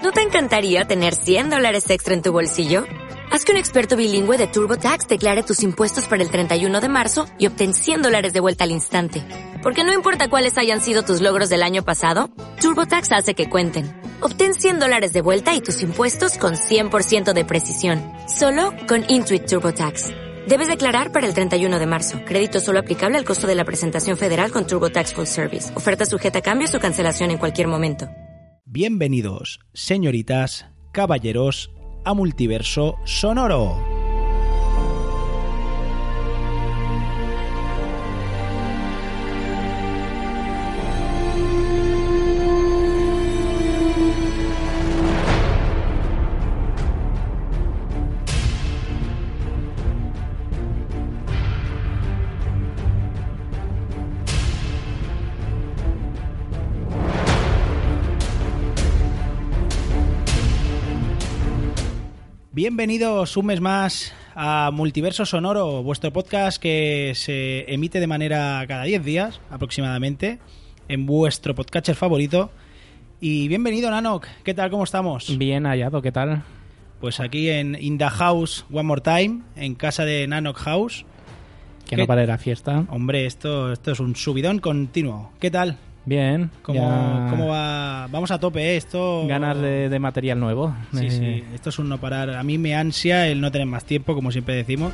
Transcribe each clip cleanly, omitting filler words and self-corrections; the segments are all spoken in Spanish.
¿No te encantaría tener $100 extra en tu bolsillo? Haz que un experto bilingüe de TurboTax declare tus impuestos para el 31 de marzo y obtén $100 de vuelta al instante. Porque no importa cuáles hayan sido tus logros del año pasado, TurboTax hace que cuenten. Obtén $100 de vuelta y tus impuestos con 100% de precisión. Solo con Intuit TurboTax. Debes declarar para el 31 de marzo. Crédito solo aplicable al costo de la presentación federal con TurboTax Full Service. Oferta sujeta a cambios o cancelación en cualquier momento. Bienvenidos, señoritas, caballeros, a Multiverso Sonoro. Bienvenidos un mes más a Multiverso Sonoro, vuestro podcast que se emite de manera cada 10 días aproximadamente en vuestro podcatcher favorito. Y bienvenido, Nanok, ¿qué tal? ¿Cómo estamos? Bien hallado, ¿qué tal? Pues aquí en In The House One More Time, en casa de Nanok House. Que no pare la fiesta. Hombre, esto es un subidón continuo. ¿Qué tal? Bien. ¿Cómo va? Vamos a tope, esto... Ganas de material nuevo. Sí, esto es un no parar. A mí me ansia el no tener más tiempo, como siempre decimos.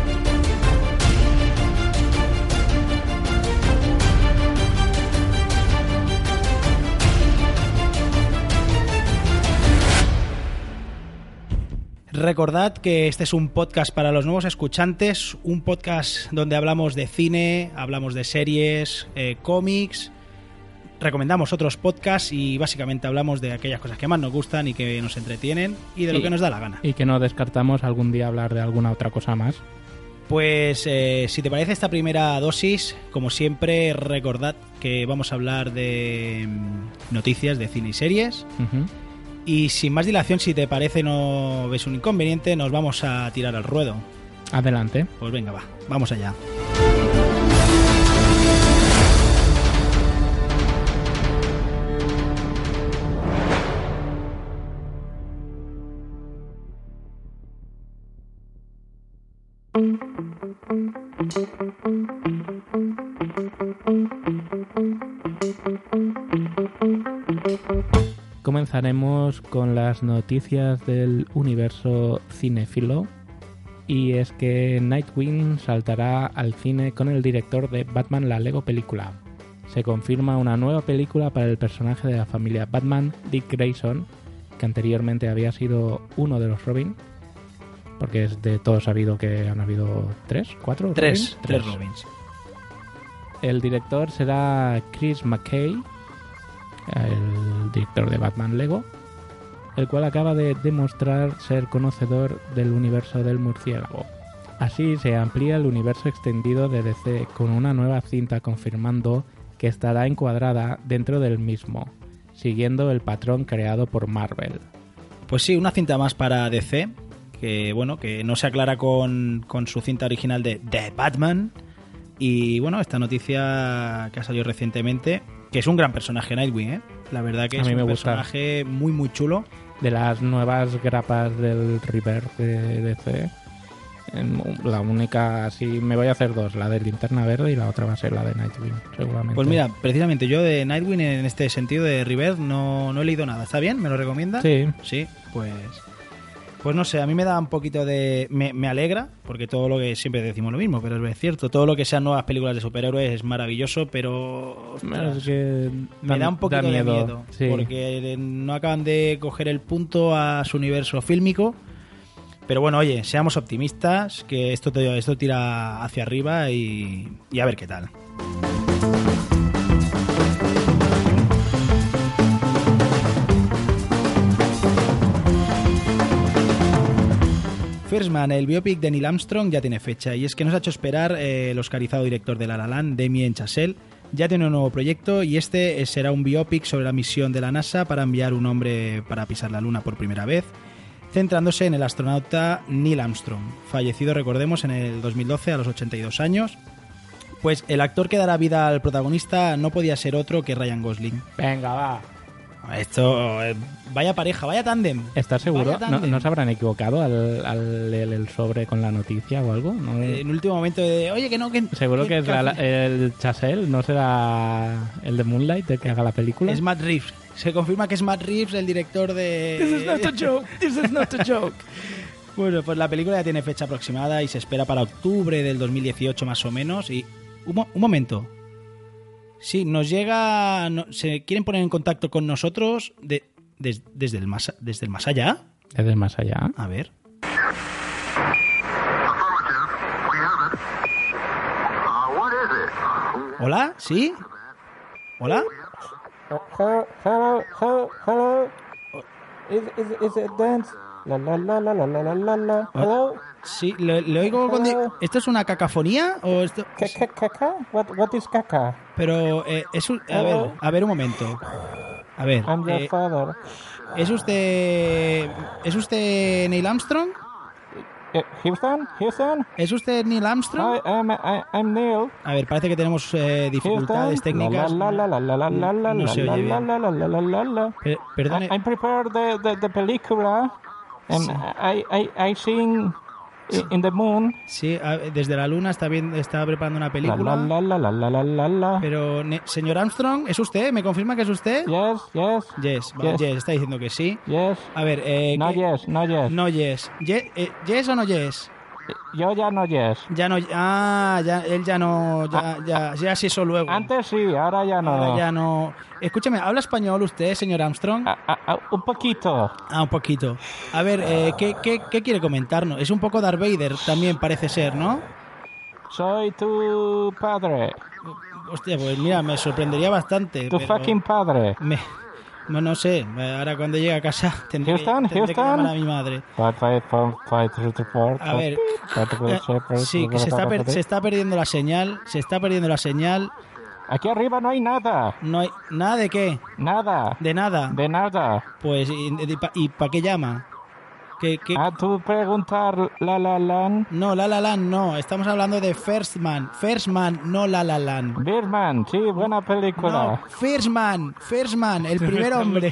Recordad que este es un podcast para los nuevos escuchantes, un podcast donde hablamos de cine, hablamos de series, cómics... Recomendamos otros podcasts y básicamente hablamos de aquellas cosas que más nos gustan y que nos entretienen y de lo que nos da la gana. Y que no descartamos algún día hablar de alguna otra cosa más. Pues si te parece esta primera dosis, como siempre, recordad que vamos a hablar de noticias de cine y series. Uh-huh. Y sin más dilación, si te parece, no ves un inconveniente, nos vamos a tirar al ruedo. Adelante. Pues venga, vamos allá. Comenzaremos con las noticias del universo cinéfilo, y es que Nightwing saltará al cine con el director de Batman la Lego película. Se confirma una nueva película para el personaje de la familia Batman, Dick Grayson, que anteriormente había sido uno de los Robin, porque es de todo sabido que han habido tres Robins. El director será Chris McKay, el director de Batman Lego, el cual acaba de demostrar ser conocedor del universo del murciélago. Así se amplía el universo extendido de DC con una nueva cinta confirmando que estará encuadrada dentro del mismo, siguiendo el patrón creado por Marvel. Pues sí, una cinta más para DC, que bueno, que no se aclara con su cinta original de The Batman. Y bueno, esta noticia que ha salido recientemente, que es un gran personaje Nightwing, ¿eh? La verdad que es un personaje muy muy chulo. De las nuevas grapas del Rebirth de DC, la única, así me voy a hacer dos, la de Linterna Verde y la otra va a ser la de Nightwing, seguramente. Pues mira, precisamente yo de Nightwing en este sentido de Rebirth no he leído nada. ¿Está bien? ¿Me lo recomiendas? Sí, pues no sé, a mí me da un poquito de... Me alegra, porque todo lo que... Siempre decimos lo mismo, pero es cierto. Todo lo que sean nuevas películas de superhéroes es maravilloso, pero... Es que me da un poquito de miedo. Sí. Porque no acaban de coger el punto a su universo fílmico. Pero bueno, oye, seamos optimistas, que esto tira hacia arriba y a ver qué tal. First Man, el biopic de Neil Armstrong, ya tiene fecha, y es que nos ha hecho esperar el oscarizado director de La La Land, Damien Chazelle. Ya tiene un nuevo proyecto y este será un biopic sobre la misión de la NASA para enviar un hombre para pisar la Luna por primera vez, centrándose en el astronauta Neil Armstrong, fallecido, recordemos, en el 2012 a los 82 años. Pues el actor que dará vida al protagonista no podía ser otro que Ryan Gosling. Venga, va. Esto, vaya pareja, vaya tándem. ¿Estás seguro? Vaya tándem. ¿No se habrán equivocado al leer el sobre con la noticia o algo? ¿No? En último momento de, oye, que no, que... Seguro que es el Chazelle, ¿no será el de Moonlight el que haga la película? Es Matt Reeves. Se confirma que es Matt Reeves, el director de... This is not a joke, this is not a joke. Bueno, pues la película ya tiene fecha aproximada y se espera para octubre del 2018 más o menos. Y un momento. Sí, nos llega... ¿Se quieren poner en contacto con nosotros desde el más allá? ¿Desde el más allá? A ver. ¿Hola? ¿Sí? ¿Hola? Hello. Is it dance? La la la la la la la la. Hello. Sí, le oigo con... ¿Esto es una cacafonía o esto? ¿Caca? What is caca? Pero es un... A ver un momento. A ver. I'm your father. ¿Es usted Neil Armstrong? Houston? ¿Es usted Neil Armstrong? I'm Neil. A ver, parece que tenemos dificultades técnicas. No se oye bien. Perdone. I'm prepared the película. And I sing in the moon. Sí, desde la luna está preparando una película. Pero, señor Armstrong, ¿es usted? ¿Me confirma que es usted? Yes. Yes, está diciendo que sí. Yes. A ver, No yes. No yes. ¿Yes o no yes? Yo ya no yes. Ya no... Ah, ya, él ya no... Ya sí, eso luego. Antes sí, ahora ya no. Ahora ya no... Escúchame, ¿habla español usted, señor Armstrong? Un poquito. Un poquito. A ver, ¿qué quiere comentarnos? Es un poco Darth Vader también parece ser, ¿no? Soy tu padre. Hostia, pues mira, me sorprendería bastante. Tu fucking padre. No sé, ahora cuando llegue a casa tendré que llamar a mi madre. A ver, sí, que se está perdiendo la señal. Aquí arriba no hay nada. No hay nada de qué. Nada. De nada. De nada. Pues, ¿y para qué llama? A tu preguntar La La Land. No, La La Land no. Estamos hablando de First Man, no La La Land. Birdman, sí, buena película. No, First Man, el primer hombre.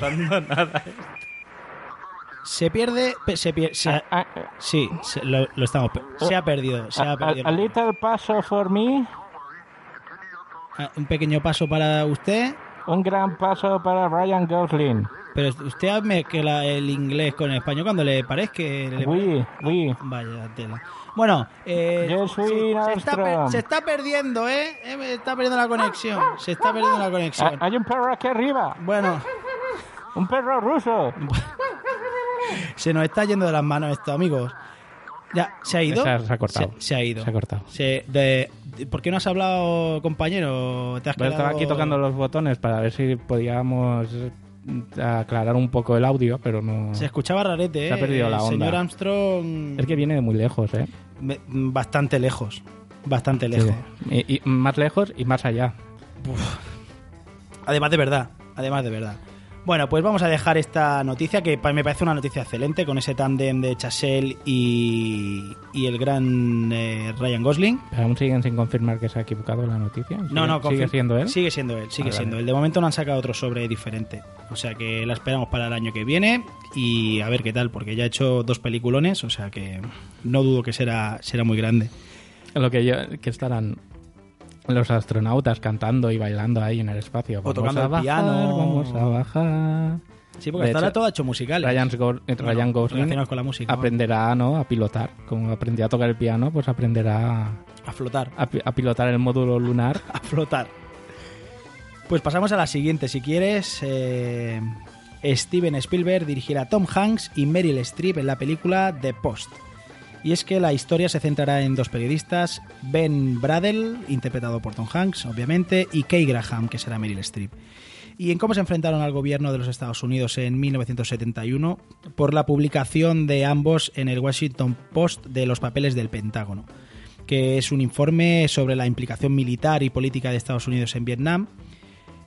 Se pierde. Sí, lo estamos. Se ha perdido. A little paso for me. Un pequeño paso para usted. Un gran paso para Ryan Gosling. Pero usted hazme que el inglés con el español cuando le parezca. Oui. Vaya tela. Bueno, se está perdiendo, está perdiendo la conexión. Hay un perro aquí arriba. Bueno. Un perro ruso. Se nos está yendo de las manos esto, amigos. Ya, ¿se ha ido? Se ha cortado. Se ha ido. Se ha cortado. ¿Por qué no has hablado, compañero? Estaba aquí tocando los botones para ver si podíamos aclarar un poco el audio, pero no... Se escuchaba rarete, Se ha perdido la onda. Señor Armstrong... Es que viene de muy lejos, Bastante lejos. Sí. Y más lejos y más allá. Uf. Además de verdad. Bueno, pues vamos a dejar esta noticia, que me parece una noticia excelente, con ese tándem de Chazelle y el gran Ryan Gosling. ¿Pero aún siguen sin confirmar que se ha equivocado la noticia? ¿Sigue siendo él? Sigue siendo él. De momento no han sacado otro sobre diferente. O sea que la esperamos para el año que viene y a ver qué tal, porque ya ha hecho 2 peliculones, o sea que no dudo que será muy grande. Que estarán los astronautas cantando y bailando ahí en el espacio. O tocando el piano. Vamos a bajar. Sí, porque hasta ahora todo ha hecho musicales. Ryan Gosling con la música, aprenderá a pilotar. Como aprendió a tocar el piano, pues aprenderá a flotar. A pilotar el módulo lunar. A flotar. Pues pasamos a la siguiente, si quieres. Steven Spielberg dirigirá a Tom Hanks y Meryl Streep en la película The Post. Y es que la historia se centrará en 2 periodistas, Ben Bradell, interpretado por Tom Hanks, obviamente, y Kay Graham, que será Meryl Streep. Y en cómo se enfrentaron al gobierno de los Estados Unidos en 1971 por la publicación de ambos en el Washington Post de los papeles del Pentágono, que es un informe sobre la implicación militar y política de Estados Unidos en Vietnam.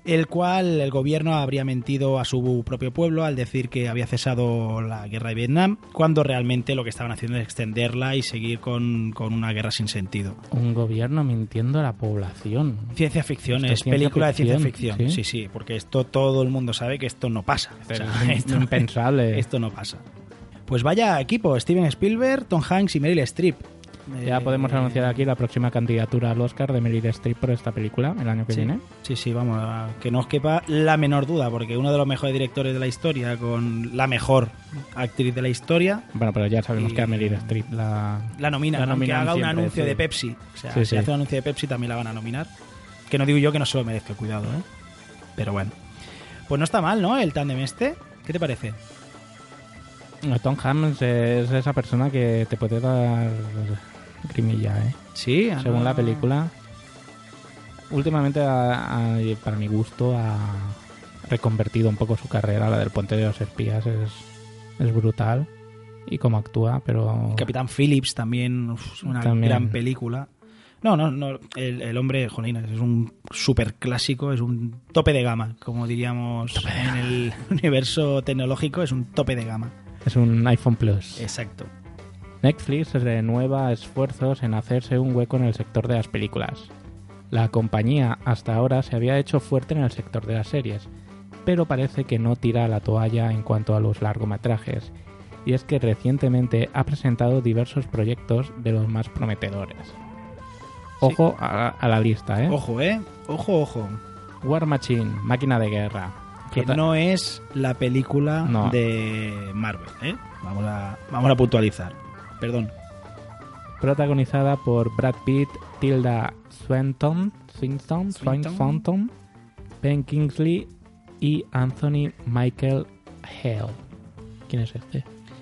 el cual el gobierno habría mentido a su propio pueblo al decir que había cesado la guerra de Vietnam, cuando realmente lo que estaban haciendo es extenderla y seguir con una guerra sin sentido. Un gobierno mintiendo a la población. Ciencia ficción, Esto es película de ciencia ficción. ¿sí? Sí, porque esto todo el mundo sabe que esto no pasa. O sea, Es impensable. Esto no pasa. Pues vaya equipo, Steven Spielberg, Tom Hanks y Meryl Streep. Ya podemos anunciar aquí la próxima candidatura al Oscar de Meryl Streep por esta película el año que viene. Sí, vamos, que no os quepa la menor duda, porque uno de los mejores directores de la historia, con la mejor actriz de la historia. Bueno, pero ya sabemos que a Meryl Streep la nominan, aunque haga un siempre, anuncio sí. de Pepsi. O sea, Sí, si hace un anuncio de Pepsi también la van a nominar. Que no digo yo que no se lo merezca, cuidado, ¿eh? Pero bueno. Pues no está mal, ¿no? El tándem este. ¿Qué te parece? Tom Hanks es esa persona que te puede dar grimilla, ¿eh? Sí, según la película. Últimamente, para mi gusto, ha reconvertido un poco su carrera. La del Puente de los Espías es brutal. Y cómo actúa, pero... Capitán Phillips también, una gran película. No, el hombre, jolín, es un súper clásico, es un tope de gama, como diríamos en el universo tecnológico, es un tope de gama. Es un iPhone Plus. Exacto. Netflix renueva esfuerzos en hacerse un hueco en el sector de las películas. La compañía hasta ahora se había hecho fuerte en el sector de las series, pero parece que no tira la toalla en cuanto a los largometrajes, y es que recientemente ha presentado diversos proyectos de los más prometedores. Ojo a la lista, ¿eh? Ojo, ¿eh? Ojo. War Machine, máquina de guerra. Que no es la película de Marvel, ¿eh? Vamos a puntualizar. Perdón. Protagonizada por Brad Pitt, Tilda Swinton, Ben Kingsley y Anthony Michael Hale. ¿Quién es este?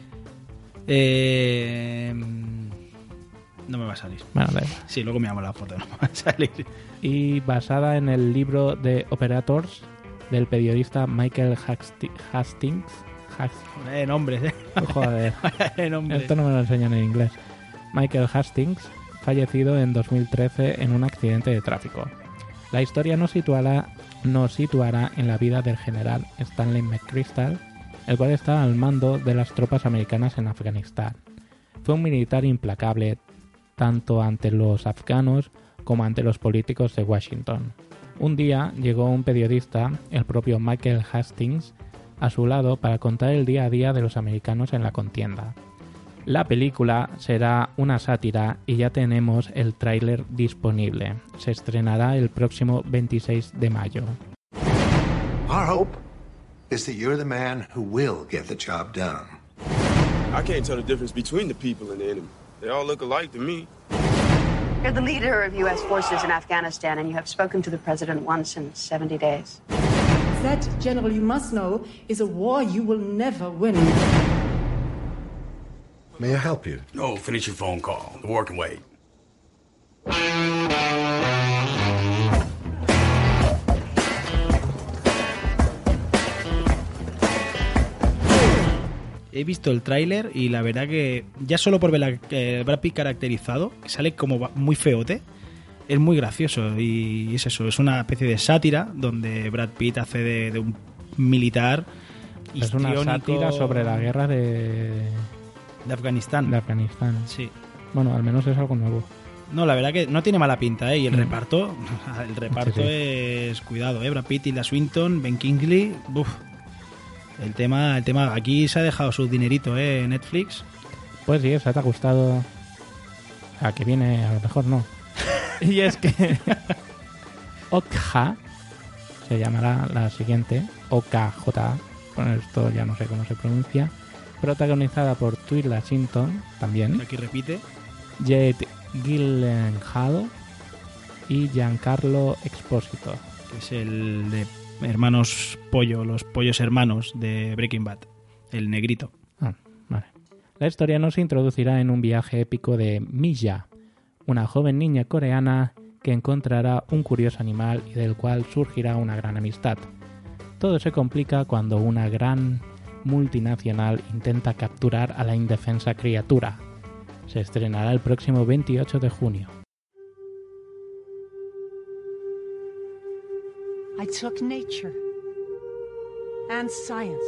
No me va a salir. Bueno, da igual. Sí, luego me llamo la foto, no me va a salir. Y basada en el libro de Operators del periodista Michael Hastings. Nombres, ¿eh? Joder, esto no me lo enseñan en inglés. Michael Hastings, fallecido en 2013 en un accidente de tráfico. La historia nos situará en la vida del general Stanley McChrystal, el cual estaba al mando de las tropas americanas en Afganistán. Fue un militar implacable, tanto ante los afganos como ante los políticos de Washington. Un día llegó un periodista, el propio Michael Hastings, a su lado para contar el día a día de los americanos en la contienda. La película será una sátira y ya tenemos el tráiler disponible. Se estrenará el próximo 26 de mayo. Our hope is that you're the man who will get the job done. I can't tell the difference between the people and the enemy. They all look alike to me. You're the leader of U.S. forces in Afghanistan, and you have spoken to the president once in 70 days. That, General, you must know, is a war you will never win. May I help you? No, finish your phone call. The war can wait. He visto el tráiler y la verdad que ya solo por ver a Brad Pitt caracterizado, que sale como muy feote, es muy gracioso y es eso, es una especie de sátira donde Brad Pitt hace de un militar histriónico. Es una sátira sobre la guerra de Afganistán. De Afganistán. Sí. Bueno, al menos es algo nuevo. No, la verdad que no tiene mala pinta, ¿eh? Y el reparto Sí. es cuidado, ¿eh? Brad Pitt, Tilda Swinton, Ben Kingsley, uf. El tema, aquí se ha dejado su dinerito, ¿eh? Netflix. Pues sí, esa te ha gustado. A que viene, a lo mejor no. Y es que Okja se llamará la siguiente, OKJ, bueno, esto ya no sé cómo se pronuncia, protagonizada por Tilda Swinton, también, Aquí repite. Jade Gyllenhaal y Giancarlo Esposito. Que es el de Hermanos Pollo, los pollos hermanos de Breaking Bad, el negrito. Vale. La historia nos introducirá en un viaje épico de Milla, una joven niña coreana que encontrará un curioso animal y del cual surgirá una gran amistad. Todo se complica cuando una gran multinacional intenta capturar a la indefensa criatura. Se estrenará el próximo 28 de junio. I I took nature and science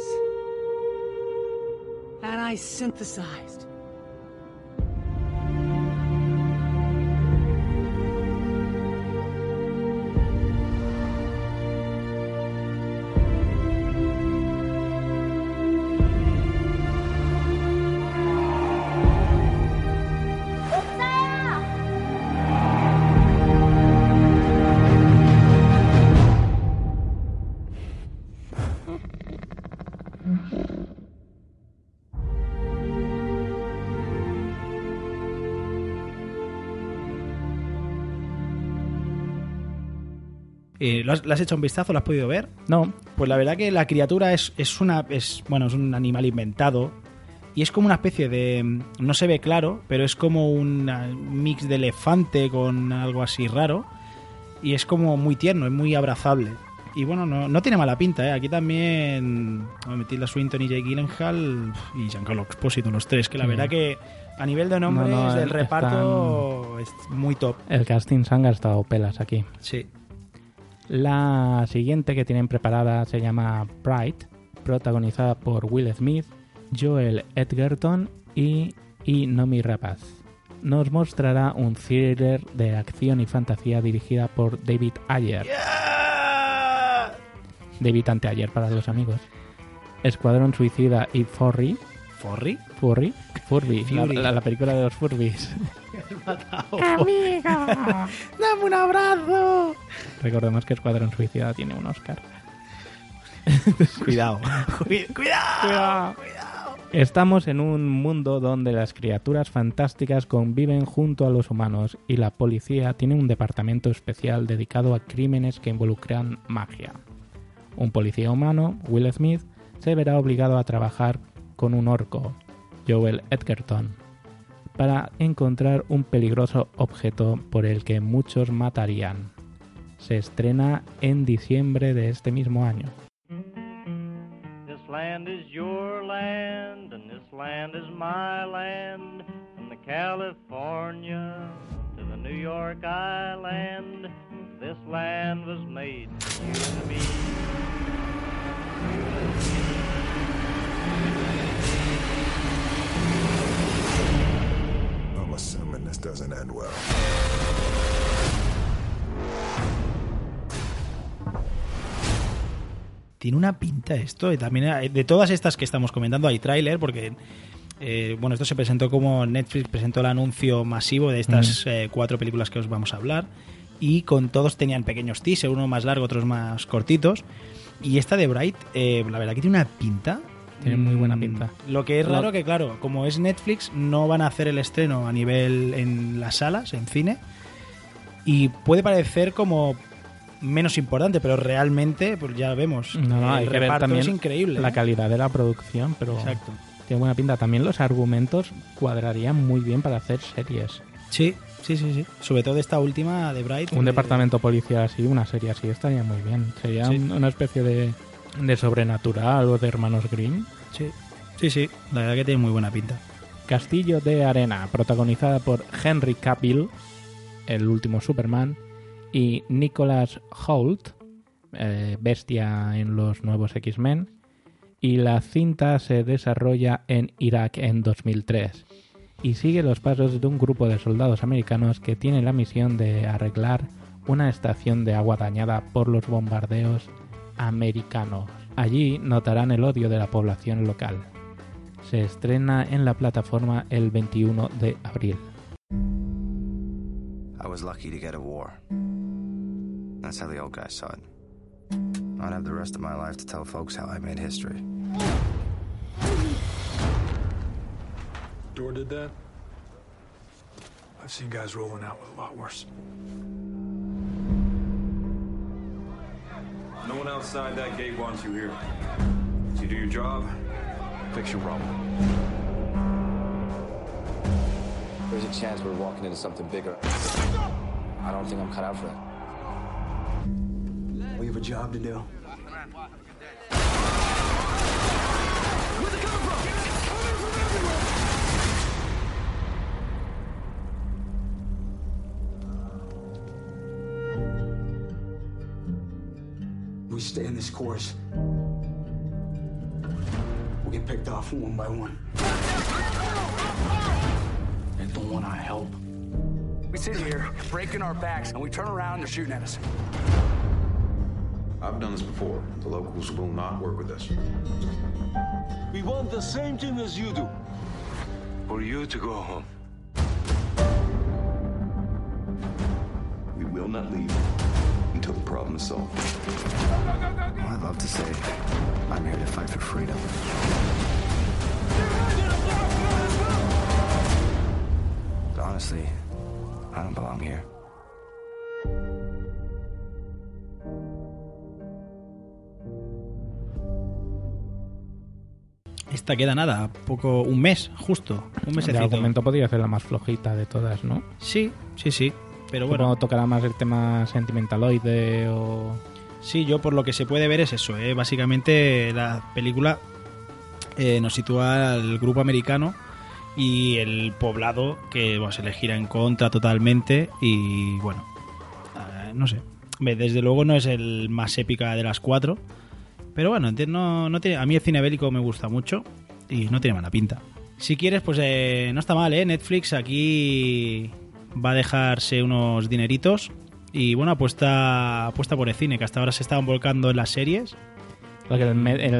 and I synthesized. ¿Le has hecho un vistazo? ¿Lo has podido ver? No. Pues la verdad que la criatura es un animal inventado y es como una especie de... No se ve claro, pero es como un mix de elefante con algo así raro y es como muy tierno, es muy abrazable. Y bueno, no tiene mala pinta, ¿eh? Aquí también Tilda Swinton y Jake Gyllenhaal y Giancarlo Esposito, los tres, que la verdad que a nivel de nombres del reparto es muy top. El casting se han gastado pelas aquí. Sí. La siguiente que tienen preparada se llama Bright, protagonizada por Will Smith, Joel Edgerton y Noomi Rapace. Nos mostrará un thriller de acción y fantasía dirigida por David Ayer. Yeah. David Anteayer para los amigos. Escuadrón Suicida y Furry. ¿Furry? Furby, la película de los Furbies. ¡Amigo! ¡Dame un abrazo! Recordemos que Escuadrón Suicida tiene un Oscar. Cuidado. Cuidado. Estamos en un mundo donde las criaturas fantásticas conviven junto a los humanos y la policía tiene un departamento especial dedicado a crímenes que involucran magia. Un policía humano, Will Smith, se verá obligado a trabajar con un orco, Joel Edgerton, para encontrar un peligroso objeto por el que muchos matarían. Se estrena en diciembre de este mismo año. This land is your land and this land is my land. From the California to the New York Island, this land was made for you and me. I'm assuming this doesn't end well. Tiene una pinta esto, y también de todas estas que estamos comentando hay tráiler, porque esto se presentó como Netflix presentó el anuncio masivo de estas 4 películas que os vamos a hablar, y con todos tenían pequeños teasers, uno más largo, otros más cortitos, y esta de Bright, la verdad que tiene una pinta. Tiene muy buena pinta. Lo que es raro que, claro, como es Netflix, no van a hacer el estreno a nivel en las salas, en cine, y puede parecer como menos importante, pero realmente pues ya vemos, hay el que ver reparto también es increíble. La calidad de la producción, pero exacto, tiene buena pinta. También los argumentos cuadrarían muy bien para hacer series. Sí. Sobre todo esta última de Bright. Un departamento policial así, una serie así, estaría muy bien. Sería una especie de sobrenatural o de hermanos Grimm. Sí, la verdad que tiene muy buena pinta. Castillo de Arena, protagonizada por Henry Cavill, el último Superman, y Nicholas Hoult, Bestia en los nuevos X-Men, y la cinta se desarrolla en Irak en 2003 y sigue los pasos de un grupo de soldados americanos que tienen la misión de arreglar una estación de agua dañada por los bombardeos americanos. Allí notarán el odio de la población local. Se estrena en la plataforma el 21 de abril. I was lucky to get a war. That's how the old guy saw it. I'd have the rest of my life to tell folks how I made history. Door did that? I've seen guys rolling out with a lot worse. No one outside that gate wants you here. So you do your job, fix your problem. There's a chance we're walking into something bigger. I don't think I'm cut out for that. We have a job to do. Where's it coming from? It's coming from everywhere! course, we'll get picked off one by one. They don't want our help. We sit here, breaking our backs, and we turn around and they're shooting at us. I've done this before. The locals will not work with us. We want the same thing as you do. For you to go home. We will not leave until the problem is solved. Well, I'd love to say I'm here to fight for freedom. But honestly, I don't belong here. Esta queda nada, un mes, justo. Un mesecito. De argumento podría ser la más flojita de todas, ¿no? Sí. Pero bueno. ¿No tocará más el tema sentimentaloide o...? Sí, yo por lo que se puede ver es eso, ¿eh? Básicamente la película nos sitúa al grupo americano y el poblado que se le gira en contra totalmente y bueno, no sé. Desde luego no es el más épica de las cuatro, pero bueno, no tiene, a mí el cine bélico me gusta mucho y no tiene mala pinta. Si quieres, pues no está mal, ¿eh? Netflix aquí va a dejarse unos dineritos y bueno, apuesta por el cine, que hasta ahora se estaban volcando en las series. Porque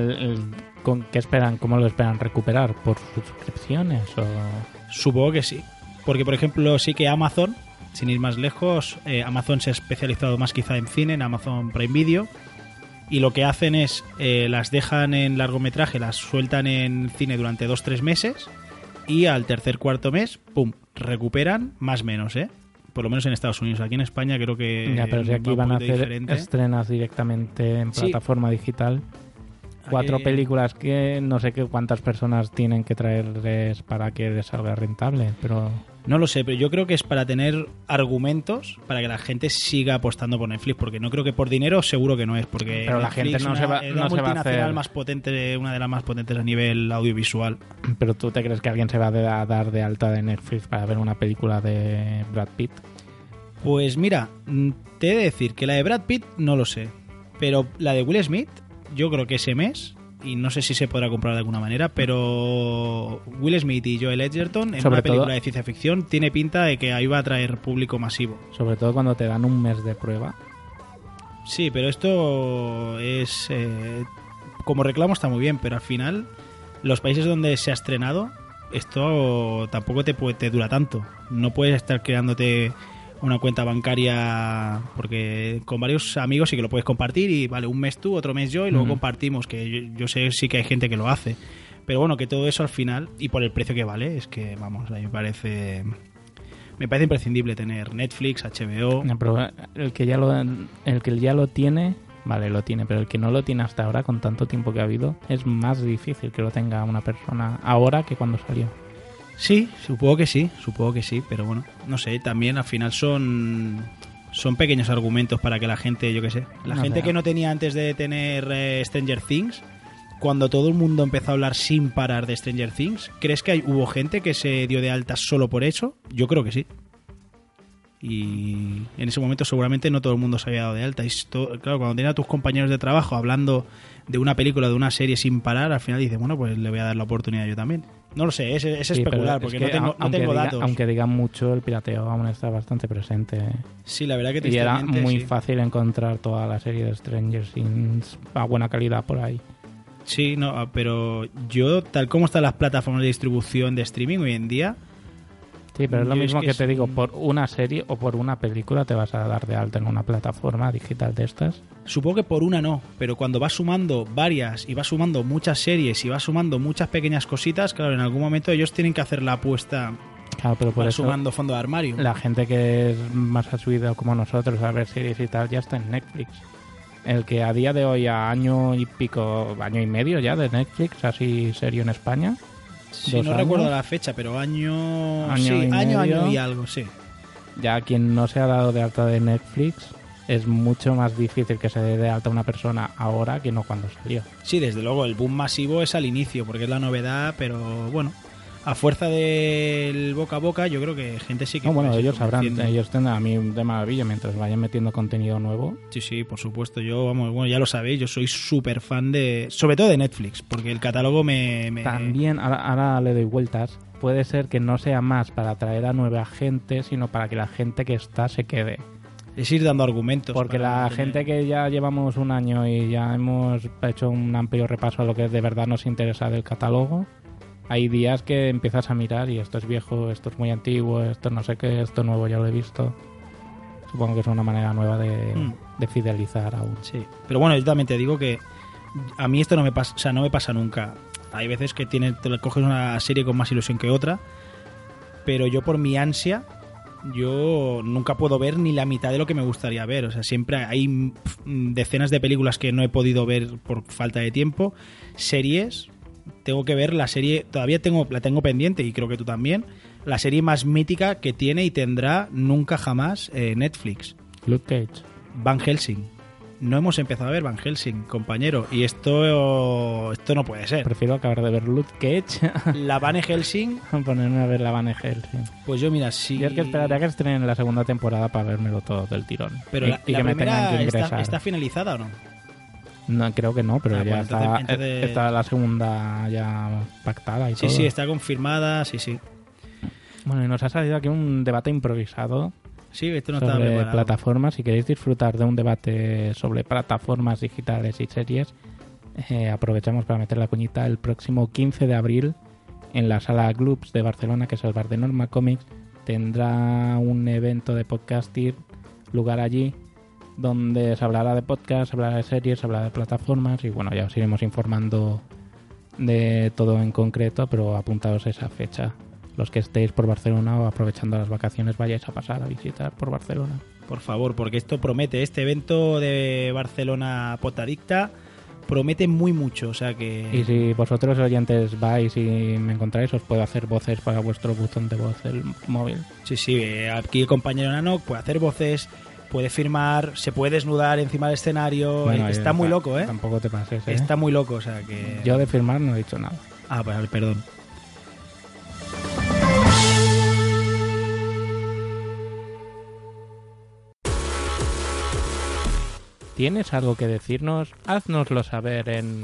¿con qué esperan? ¿Cómo lo esperan recuperar? ¿Por suscripciones o...? Supongo que sí, porque por ejemplo sí que Amazon, sin ir más lejos, Amazon se ha especializado más quizá en cine, en Amazon Prime Video, y lo que hacen es las dejan en largometraje, las sueltan en cine durante 2-3 meses y al cuarto mes, ¡pum!, recuperan más o menos, por lo menos en Estados Unidos. Aquí en España creo que ya, pero si aquí van a hacer diferente. Estrenas directamente en plataforma digital. 4 películas que no sé cuántas personas tienen que traerles para que les salga rentable, pero... No lo sé, pero yo creo que es para tener argumentos para que la gente siga apostando por Netflix, porque no creo que por dinero, seguro que no es, porque pero la gente no se va a hacer más potente, una de las más potentes a nivel audiovisual. Pero ¿tú te crees que alguien se va a dar de alta de Netflix para ver una película de Brad Pitt? Pues mira, te he de decir que la de Brad Pitt no lo sé, pero la de Will Smith yo creo que ese mes, y no sé si se podrá comprar de alguna manera, pero Will Smith y Joel Edgerton en una película de ciencia ficción tiene pinta de que ahí va a atraer público masivo. Sobre todo cuando te dan un mes de prueba. Sí, pero esto es... como reclamo está muy bien, pero al final los países donde se ha estrenado, esto tampoco te dura tanto. No puedes estar creándote una cuenta bancaria, porque con varios amigos sí que lo puedes compartir y vale, un mes tú, otro mes yo y luego compartimos, que yo sé sí que hay gente que lo hace, pero bueno, que todo eso al final y por el precio que vale, es que vamos, a mí me parece imprescindible tener Netflix, HBO. No, pero el que ya lo tiene, vale, lo tiene, pero el que no lo tiene hasta ahora, con tanto tiempo que ha habido, es más difícil que lo tenga una persona ahora que cuando salió. Sí, supongo que sí, pero bueno, no sé, también al final son pequeños argumentos para que la gente, yo qué sé, que no tenía antes de tener Stranger Things, cuando todo el mundo empezó a hablar sin parar de Stranger Things, ¿crees que hubo gente que se dio de alta solo por eso? Yo creo que sí. Y en ese momento seguramente no todo el mundo se había dado de alta. Y claro, cuando tienes a tus compañeros de trabajo hablando de una película, de una serie sin parar, al final dices, bueno, pues le voy a dar la oportunidad yo también. No lo sé, es especular, porque no tengo datos. Aunque digan mucho, el pirateo aún está bastante presente. Sí, la verdad que y era muy fácil encontrar toda la serie de Stranger Things a buena calidad por ahí. Sí, no, pero yo, tal como están las plataformas de distribución de streaming hoy en día... Sí, pero es lo mismo que te digo, por una serie o por una película te vas a dar de alta en una plataforma digital de estas. Supongo que por una no, pero cuando vas sumando varias y vas sumando muchas series y vas sumando muchas pequeñas cositas, claro, en algún momento ellos tienen que hacer la apuesta. Claro, pero por eso sumando fondo de armario. La gente que es más asiduo como nosotros a ver series y tal ya está en Netflix. El que a día de hoy, a año y pico, año y medio ya de Netflix, así serio en España. Sí, no recuerdo la fecha, pero año y algo, sí. Ya quien no se ha dado de alta de Netflix, es mucho más difícil que se dé de alta una persona ahora que no cuando salió. Sí, desde luego, el boom masivo es al inicio, porque es la novedad, pero bueno, a fuerza del boca a boca, yo creo que gente sí que... No, bueno, puede ellos ir sabrán, convenciendo. ellos tendrán a mí de maravilla mientras vayan metiendo contenido nuevo. Sí, por supuesto. Yo, vamos, bueno, ya lo sabéis, yo soy súper fan sobre todo de Netflix, porque el catálogo me... También, ahora le doy vueltas, puede ser que no sea más para atraer a nueva gente, sino para que la gente que está se quede. Es ir dando argumentos. Porque la gente que ya llevamos un año y ya hemos hecho un amplio repaso a lo que de verdad nos interesa del catálogo, hay días que empiezas a mirar y esto es viejo, esto es muy antiguo, esto no sé qué, esto nuevo ya lo he visto. Supongo que es una manera nueva de fidelizar aún. Sí, pero bueno, yo también te digo que a mí esto no me pasa, o sea, no me pasa nunca. Hay veces que te coges una serie con más ilusión que otra, pero yo por mi ansia, yo nunca puedo ver ni la mitad de lo que me gustaría ver. O sea, siempre hay decenas de películas que no he podido ver por falta de tiempo. Series, tengo que ver la serie, todavía la tengo pendiente y creo que tú también, la serie más mítica que tiene y tendrá nunca jamás Netflix. Luke Cage. Van Helsing. No hemos empezado a ver Van Helsing, compañero, y esto no puede ser. Prefiero acabar de ver Luke Cage. La Van Helsing. Ponerme a ver la Van Helsing. Pues yo, mira, sí. Yo es que esperaría a que estrenen la segunda temporada para vérmelo todo del tirón. Pero y la que me tengan que ingresar. ¿Está finalizada o no? No, creo que no, pero ya pues entonces... está la segunda ya pactada y todo. Sí, está confirmada, sí. Bueno, y nos ha salido aquí un debate improvisado. Sí, esto no estaba sobre preparado. plataformas. Si queréis disfrutar de un debate sobre plataformas digitales y series, aprovechamos para meter la cuñita el próximo 15 de abril en la Sala Gloops de Barcelona, que es el bar de Norma Comics. Tendrá un evento de podcasting lugar allí, donde se hablará de podcast, se hablará de series, se hablará de plataformas y bueno, ya os iremos informando de todo en concreto, pero apuntaos a esa fecha. Los que estéis por Barcelona o aprovechando las vacaciones vayáis a pasar a visitar por Barcelona. Por favor, porque esto promete, este evento de Barcelona Potadicta promete muy mucho, o sea que... Y si vosotros oyentes vais y me encontráis, os puedo hacer voces para vuestro buzón de voz del móvil. Sí, aquí el compañero Nano puede hacer voces, puede firmar, se puede desnudar encima del escenario, bueno, está muy loco, ¿eh? Tampoco te pases, ¿eh? Está muy loco, o sea que... Yo de firmar no he dicho nada. Ah, pues perdón. ¿Tienes algo que decirnos? Háznoslo saber en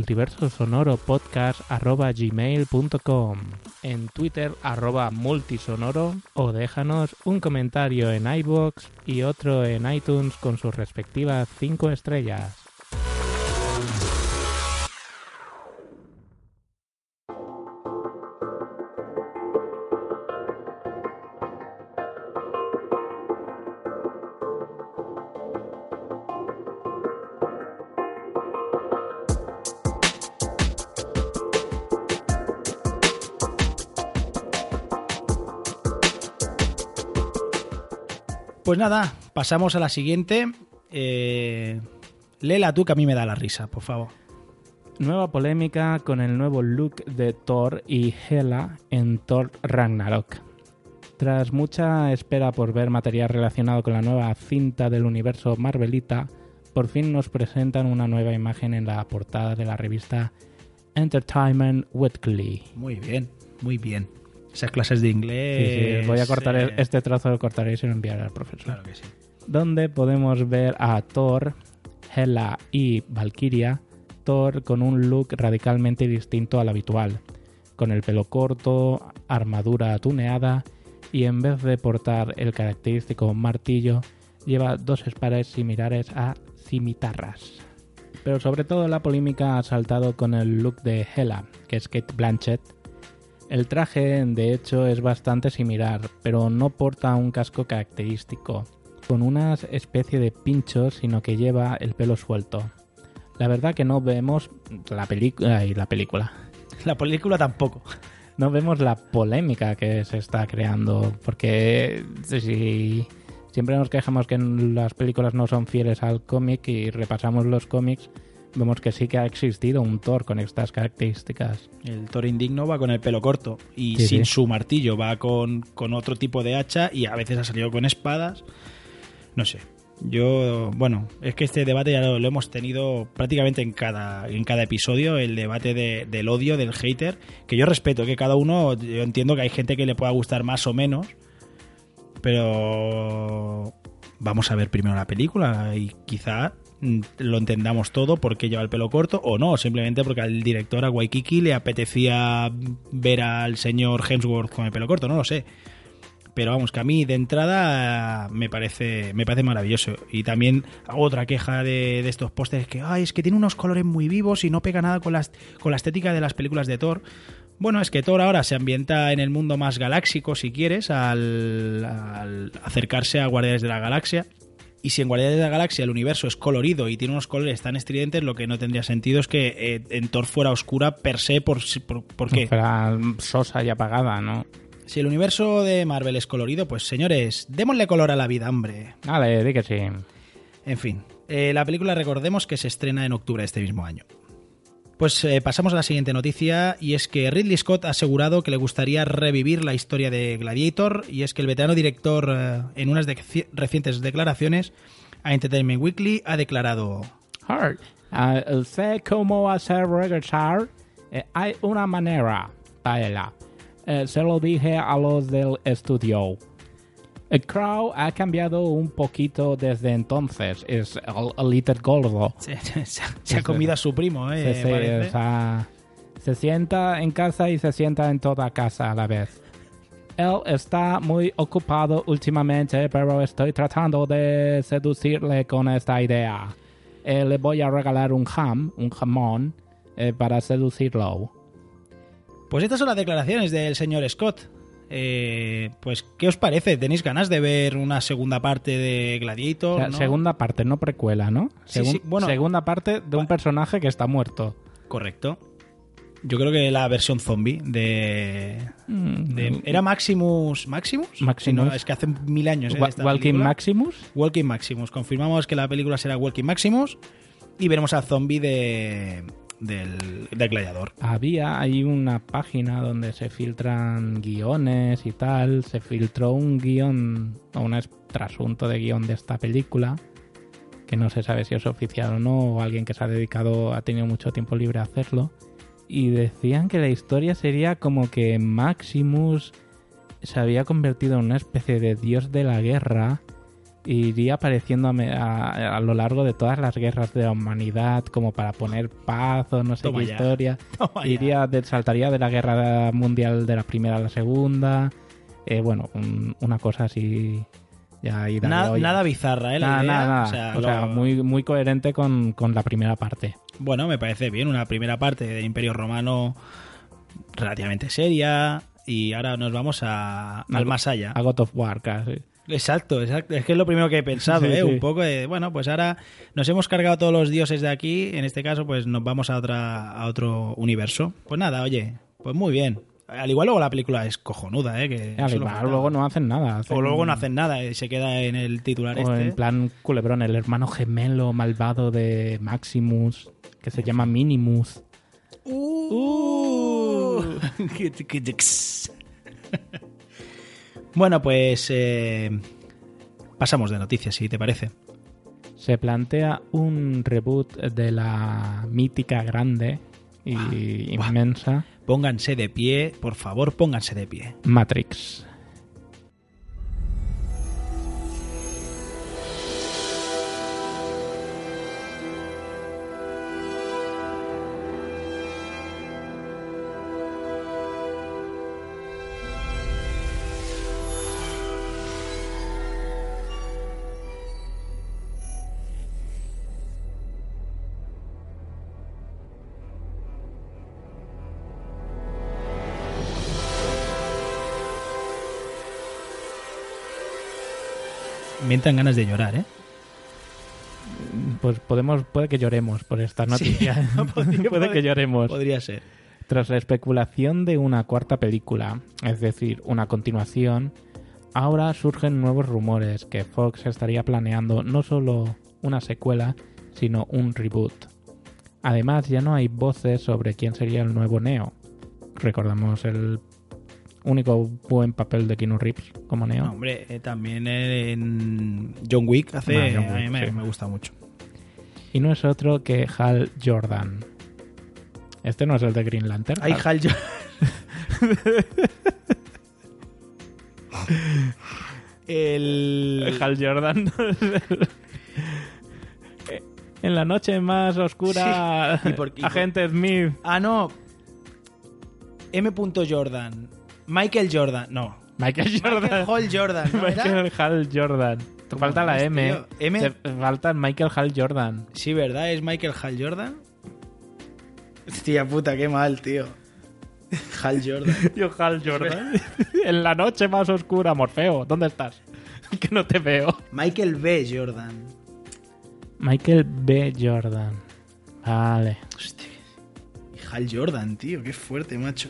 multiversosonoropodcast@gmail.com, en Twitter @multisonoro o déjanos un comentario en iVoox y otro en iTunes con sus respectivas 5 estrellas. Pues nada, pasamos a la siguiente. Léela tú, que a mí me da la risa, por favor. Nueva polémica con el nuevo look de Thor y Hela en Thor Ragnarok. Tras mucha espera por ver material relacionado con la nueva cinta del universo Marvelita, por fin nos presentan una nueva imagen en la portada de la revista Entertainment Weekly. Muy bien, muy bien. Esas clases de inglés... Sí, voy a cortar este trozo, lo cortaré y se lo enviaré al profesor. Claro que sí. Donde podemos ver a Thor, Hela y Valkyria. Thor con un look radicalmente distinto al habitual, con el pelo corto, armadura tuneada y en vez de portar el característico martillo, lleva dos espadas similares a cimitarras. Pero sobre todo la polémica ha saltado con el look de Hela, que es Cate Blanchett. El traje, de hecho, es bastante similar, pero no porta un casco característico, con una especie de pincho, sino que lleva el pelo suelto. La verdad que no vemos la película. La película tampoco. No vemos la polémica que se está creando, porque si siempre nos quejamos que las películas no son fieles al cómic y repasamos los cómics, vemos que sí que ha existido un Thor con estas características. El Thor indigno va con el pelo corto y sí, sin su martillo, va con otro tipo de hacha y a veces ha salido con espadas. No sé. Bueno, es que este debate ya lo hemos tenido prácticamente en cada episodio, el debate del odio, del hater, que yo respeto, que cada uno, yo entiendo que hay gente que le pueda gustar más o menos, pero vamos a ver primero la película y quizá lo entendamos todo porque lleva el pelo corto o no, simplemente porque al director, a Waikiki, le apetecía ver al señor Hemsworth con el pelo corto, no lo sé. Pero vamos, que a mí de entrada me parece maravilloso. Y también hago otra queja de estos pósters, que es que tiene unos colores muy vivos y no pega nada con la estética de las películas de Thor. Bueno, es que Thor ahora se ambienta en el mundo más galáxico, si quieres, al acercarse a Guardianes de la Galaxia. Y si en Guardianes de la Galaxia el universo es colorido y tiene unos colores tan estridentes, lo que no tendría sentido es que en Thor fuera oscura per se. ¿Por qué? Fuera sosa y apagada, ¿no? Si el universo de Marvel es colorido, pues señores, démosle color a la vida, hombre. Vale, di que sí. En fin, la película, recordemos que se estrena en octubre de este mismo año. Pues pasamos a la siguiente noticia, y es que Ridley Scott ha asegurado que le gustaría revivir la historia de Gladiator, y es que el veterano director, en unas recientes declaraciones a Entertainment Weekly, ha declarado: sé cómo hacer regresar, hay una manera, paella. Se lo dije a los del estudio. El crowd ha cambiado un poquito desde entonces. Es el little gordo. Se ha comido a su primo, o sea, se sienta en casa y se sienta en toda casa a la vez. Él está muy ocupado últimamente, pero estoy tratando de seducirle con esta idea. Le voy a regalar un jamón, para seducirlo. Pues estas son las declaraciones del señor Scott. Pues, ¿qué os parece? ¿Tenéis ganas de ver una segunda parte de Gladiator? O sea, ¿no? Segunda parte, no precuela, ¿no? Sí, bueno, segunda parte de un personaje que está muerto. Correcto. Yo creo que la versión zombie ¿era Maximus? ¿Maximus? Sí, no, es que hace 1000 años. ¿Walking Maximus? Walking Maximus. Confirmamos que la película será Walking Maximus y veremos al zombie del gladiador. Hay una página donde se filtran guiones y tal. Se filtró un guión o un trasunto de guión de esta película, que no se sabe si es oficial o no, o alguien que se ha tenido mucho tiempo libre a hacerlo, y decían que la historia sería como que Maximus se había convertido en una especie de dios de la guerra. Iría apareciendo a lo largo de todas las guerras de la humanidad, como para poner paz o no sé qué historia. Saltaría de la guerra mundial de la primera a la segunda. Una cosa así. Nada bizarra, Nada. O sea, muy, muy coherente con la primera parte. Bueno, me parece bien. Una primera parte del Imperio Romano relativamente seria. Y ahora nos vamos al más allá. A God of War, casi. Exacto. Es que es lo primero que he pensado, sí. Un poco de, pues ahora nos hemos cargado todos los dioses de aquí, en este caso pues nos vamos a otro universo. Pues nada, oye, pues muy bien. Al igual luego la película es cojonuda, que luego no hacen nada. O luego no hacen nada y se queda en el titular o en plan culebrón, el hermano gemelo malvado de Maximus, que se llama Minimus. Bueno, pues pasamos de noticias, si te parece. Se plantea un reboot de la mítica, grande y inmensa. Pónganse de pie, por favor, pónganse de pie. Matrix. Me entran ganas de llorar, ¿eh? Pues puede que lloremos por esta noticia. Sí, puede que lloremos. Podría ser. Tras la especulación de una cuarta película, es decir, una continuación, ahora surgen nuevos rumores que Fox estaría planeando no solo una secuela, sino un reboot. Además, ya no hay voces sobre quién sería el nuevo Neo. Recordamos el Único buen papel de Keanu Reeves como Neo. No, hombre, también en John Wick John Wick, a mí sí. me gusta mucho. Y no es otro que Hal Jordan. Este no es el de Green Lantern. Hay Hal Jordan. El Hal Jordan. En la noche más oscura, sí. Agente Smith. Ah, no. M. Jordan. Michael Jordan. No. Michael Jordan. Michael Hall Jordan. ¿No Michael Hal Jordan. Te falta la M. Tío. M. Te falta Michael Hal Jordan. Sí, ¿verdad? ¿Es Michael Hal Jordan? Hostia puta, qué mal, tío. Hal Jordan. Yo, Hal Jordan. En la noche más oscura, Morfeo, ¿dónde estás? Que no te veo. Michael B. Jordan. Michael B. Jordan. Vale. Hostia. Y Hal Jordan, tío, qué fuerte, macho.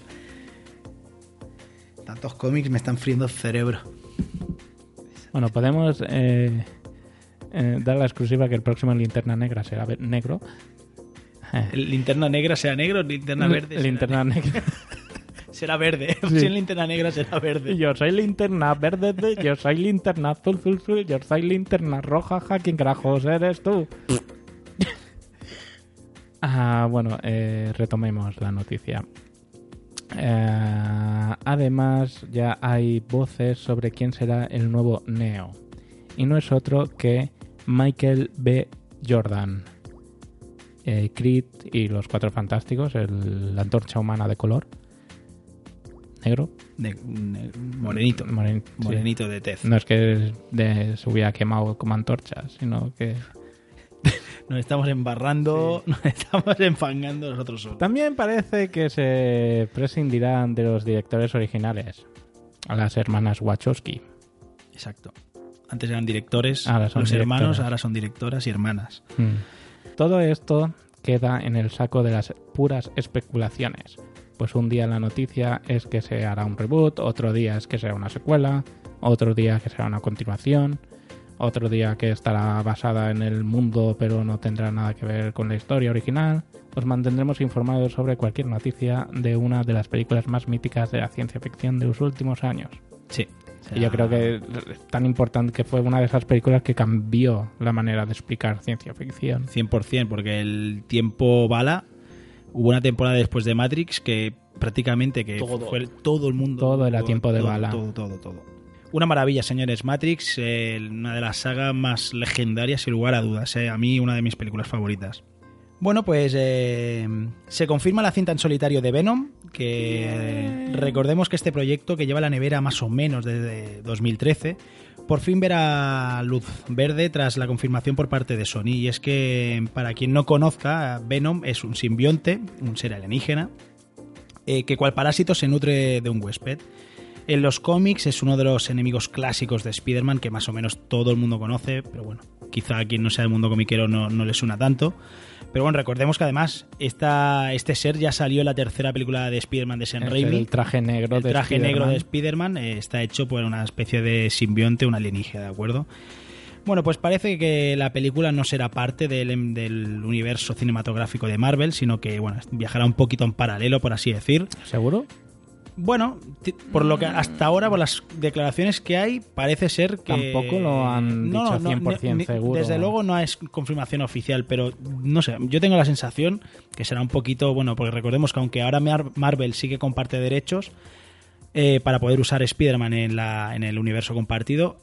Tantos cómics me están friendo el cerebro. Bueno, podemos dar la exclusiva que el próximo Linterna Negra será negro. ¿Linterna negra será negro? ¿Linterna verde? Linterna negra. Será verde. Sí. Si es linterna negra será verde. Yo soy linterna verde, yo soy linterna azul, yo soy linterna roja, ¿quién carajos eres tú? Bueno, retomemos la noticia. Además, ya hay voces sobre quién será el nuevo Neo. Y no es otro que Michael B. Jordan. Creed y los Cuatro Fantásticos, la antorcha humana de color negro. Morenito. Morenito sí. De tez. No es que se hubiera quemado como antorcha, sino que... Nos estamos embarrando, sí. Nos estamos enfangando nosotros solos. También parece que se prescindirán de los directores originales, a las hermanas Wachowski. Exacto. Antes eran directores, ahora son los directoras. hermanos, ahora son directoras y hermanas. Todo esto queda en el saco de las puras especulaciones. Pues un día la noticia es que se hará un reboot, otro día es que será una secuela, otro día que será una continuación, otro día que estará basada en el mundo pero no tendrá nada que ver con la historia original. Os mantendremos informados sobre cualquier noticia de una de las películas más míticas de la ciencia ficción de los últimos años. Sí. Y yo creo que es tan importante que fue una de esas películas que cambió la manera de explicar ciencia ficción. 100%, porque el tiempo bala. Hubo una temporada después de Matrix que prácticamente que fue todo el mundo. Todo era tiempo de bala. Todo. Una maravilla, señores. Matrix, una de las sagas más legendarias, sin lugar a dudas. A mí, una de mis películas favoritas. Bueno, pues se confirma la cinta en solitario de Venom, que recordemos que este proyecto, que lleva la nevera más o menos desde 2013, por fin verá luz verde tras la confirmación por parte de Sony. Y es que, para quien no conozca, Venom es un simbionte, un ser alienígena, que cual parásito se nutre de un huésped. En los cómics es uno de los enemigos clásicos de Spider-Man, que más o menos todo el mundo conoce, pero bueno, quizá a quien no sea del mundo comiquero no le suena tanto. Pero bueno, recordemos que además este ser ya salió en la tercera película de Spider-Man de Sam Raimi. El traje negro de Spider-Man está hecho por una especie de simbionte, un alienígena, ¿de acuerdo? Bueno, pues parece que la película no será parte del universo cinematográfico de Marvel, sino que bueno, viajará un poquito en paralelo, por así decir. ¿Seguro? Bueno, por lo que hasta ahora, por las declaraciones que hay, parece ser que... Tampoco lo han dicho 100% seguro. Desde luego no es confirmación oficial, pero no sé, yo tengo la sensación que será un poquito... Bueno, porque recordemos que aunque ahora Marvel sí que comparte derechos para poder usar Spider-Man en el universo compartido,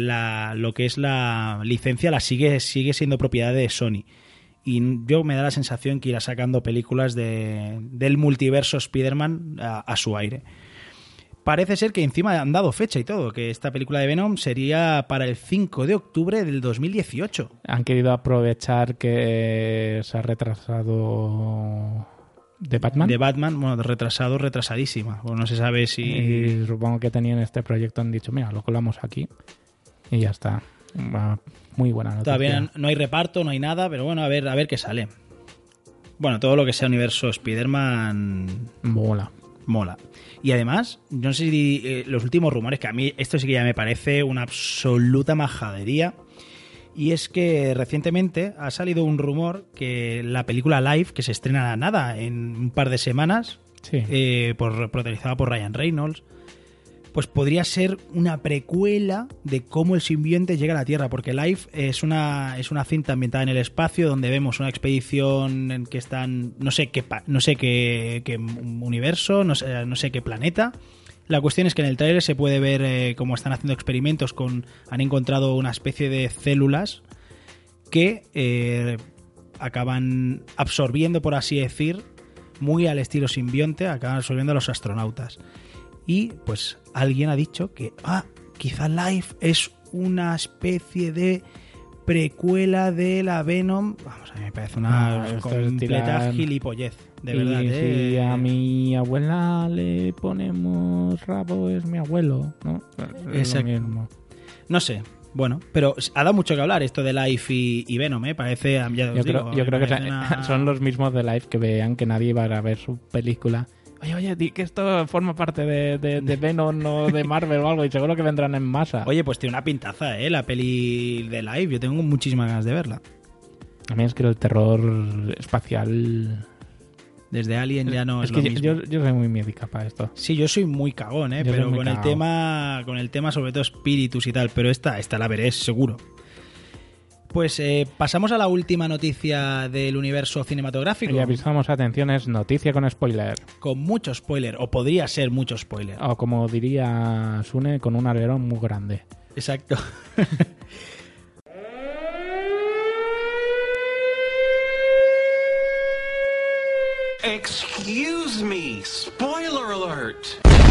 lo que es la licencia sigue siendo propiedad de Sony. Y yo me da la sensación que irá sacando películas del multiverso Spider-Man a su aire. Parece ser que encima han dado fecha y todo, que esta película de Venom sería para el 5 de octubre del 2018. Han querido aprovechar que se ha retrasado de Batman. De Batman, bueno, retrasadísima. Bueno, no se sabe si... Y supongo que tenían este proyecto, han dicho, mira, lo colamos aquí y ya está. Muy buena noticia. Todavía no hay reparto, no hay nada, pero bueno, a ver qué sale. Bueno, todo lo que sea universo Spider-Man... Mola. Y además, no sé si los últimos rumores, que a mí esto sí que ya me parece una absoluta majadería, y es que recientemente ha salido un rumor que la película Live, que se estrena en un par de semanas, sí. Protagonizada por Ryan Reynolds, pues podría ser una precuela de cómo el simbionte llega a la Tierra, porque Life es una cinta ambientada en el espacio donde vemos una expedición en que están no sé qué universo, no sé qué planeta. La cuestión es que en el tráiler se puede ver cómo están haciendo experimentos han encontrado una especie de células que acaban absorbiendo, por así decir, muy al estilo simbionte, acaban absorbiendo a los astronautas. Y pues alguien ha dicho que quizá Life es una especie de precuela de la Venom. Vamos, a mí me parece una completa gilipollez, de verdad. Si a mi abuela le ponemos rabo, es mi abuelo, ¿no? Es lo mismo. No sé. Bueno, pero ha dado mucho que hablar esto de Life y Venom, ¿eh? Parece... Yo creo que son los mismos de Life que vean que nadie va a ver su película. Oye, di que esto forma parte de Venom o de Marvel o algo, y seguro que vendrán en masa. Oye, pues tiene una pintaza, la peli de Life. Yo tengo muchísimas ganas de verla. A mí es que el terror espacial... Desde Alien ya no es que lo mismo. Yo soy muy médica para esto. Sí, yo soy muy cagón, pero con el tema sobre todo espíritus y tal, pero esta la veré seguro. Pues pasamos a la última noticia del universo cinematográfico. Y avisamos, atención, es noticia con spoiler. Con mucho spoiler, o podría ser mucho spoiler. O como diría Sune, con un alerón muy grande. Exacto. Excuse me, spoiler alert.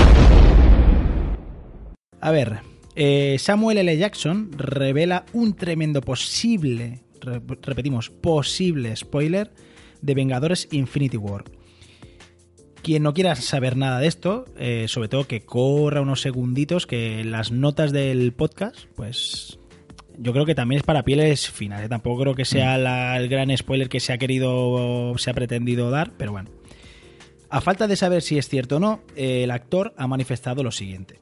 A ver, Samuel L. Jackson revela un tremendo posible spoiler de Vengadores Infinity War. Quien no quiera saber nada de esto, sobre todo que corra unos segunditos, que en las notas del podcast, pues yo creo que también es para pieles finas. Tampoco creo que sea el gran spoiler que se ha pretendido dar, pero bueno. A falta de saber si es cierto o no, el actor ha manifestado lo siguiente.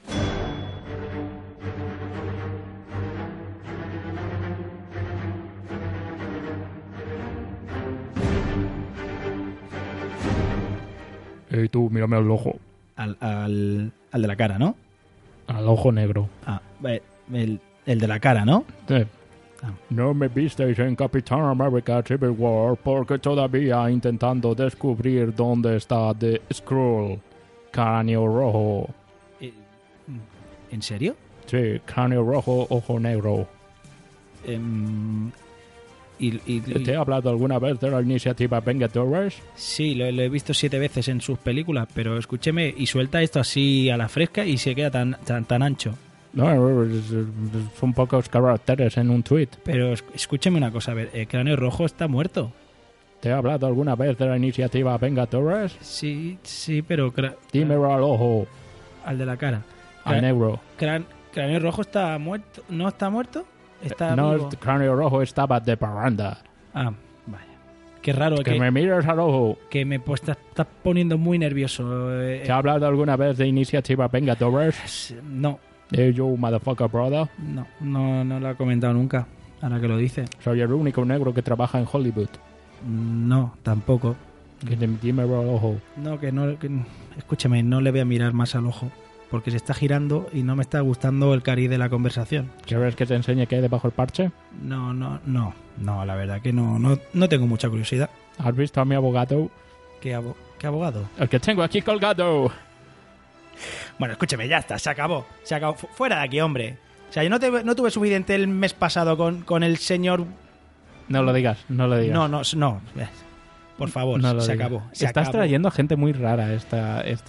Hey, tú, mírame al ojo. Al de la cara, ¿no? Al ojo negro. El de la cara, ¿no? Sí. No me visteis en Capitán América Civil War porque todavía intentando descubrir dónde está The Skrull. Cráneo rojo. ¿En serio? Sí, cráneo rojo, ojo negro. ¿Te he hablado alguna vez de la iniciativa Vengadores? Sí, lo he visto 7 veces en sus películas, pero escúcheme, y suelta esto así a la fresca y se queda tan ancho. No, son pocos caracteres en un tweet. Pero escúcheme una cosa, a ver, el cráneo rojo está muerto. ¿Te he hablado alguna vez de la iniciativa Vengadores? Sí, pero... Dímelo al ojo. Al de la cara. Al negro. ¿Cráneo rojo está muerto? ¿No está muerto? ¿Está no, vivo? El cráneo rojo estaba de parranda. Ah, vaya. Qué raro. Que me mires al ojo. Que me estás poniendo muy nervioso. ¿Te he hablado alguna vez de iniciativa Vengadores? No. You motherfucker brother. No lo he comentado nunca, ahora que lo dice. Soy el único negro que trabaja en Hollywood. No, tampoco. Dime al ojo. No, escúchame, no le voy a mirar más al ojo, porque se está girando y no me está gustando el cariz de la conversación. ¿Quieres que te enseñe qué hay debajo del parche? No, la verdad que no tengo mucha curiosidad. ¿Has visto a mi abogado? ¿Qué abogado? El que tengo aquí colgado. Bueno, escúcheme, ya está, se acabó. Fuera de aquí, hombre. O sea, yo no tuve suficiente el mes pasado con el señor... No lo digas. No. Por favor, no se acabó. Estás trayendo a gente muy rara este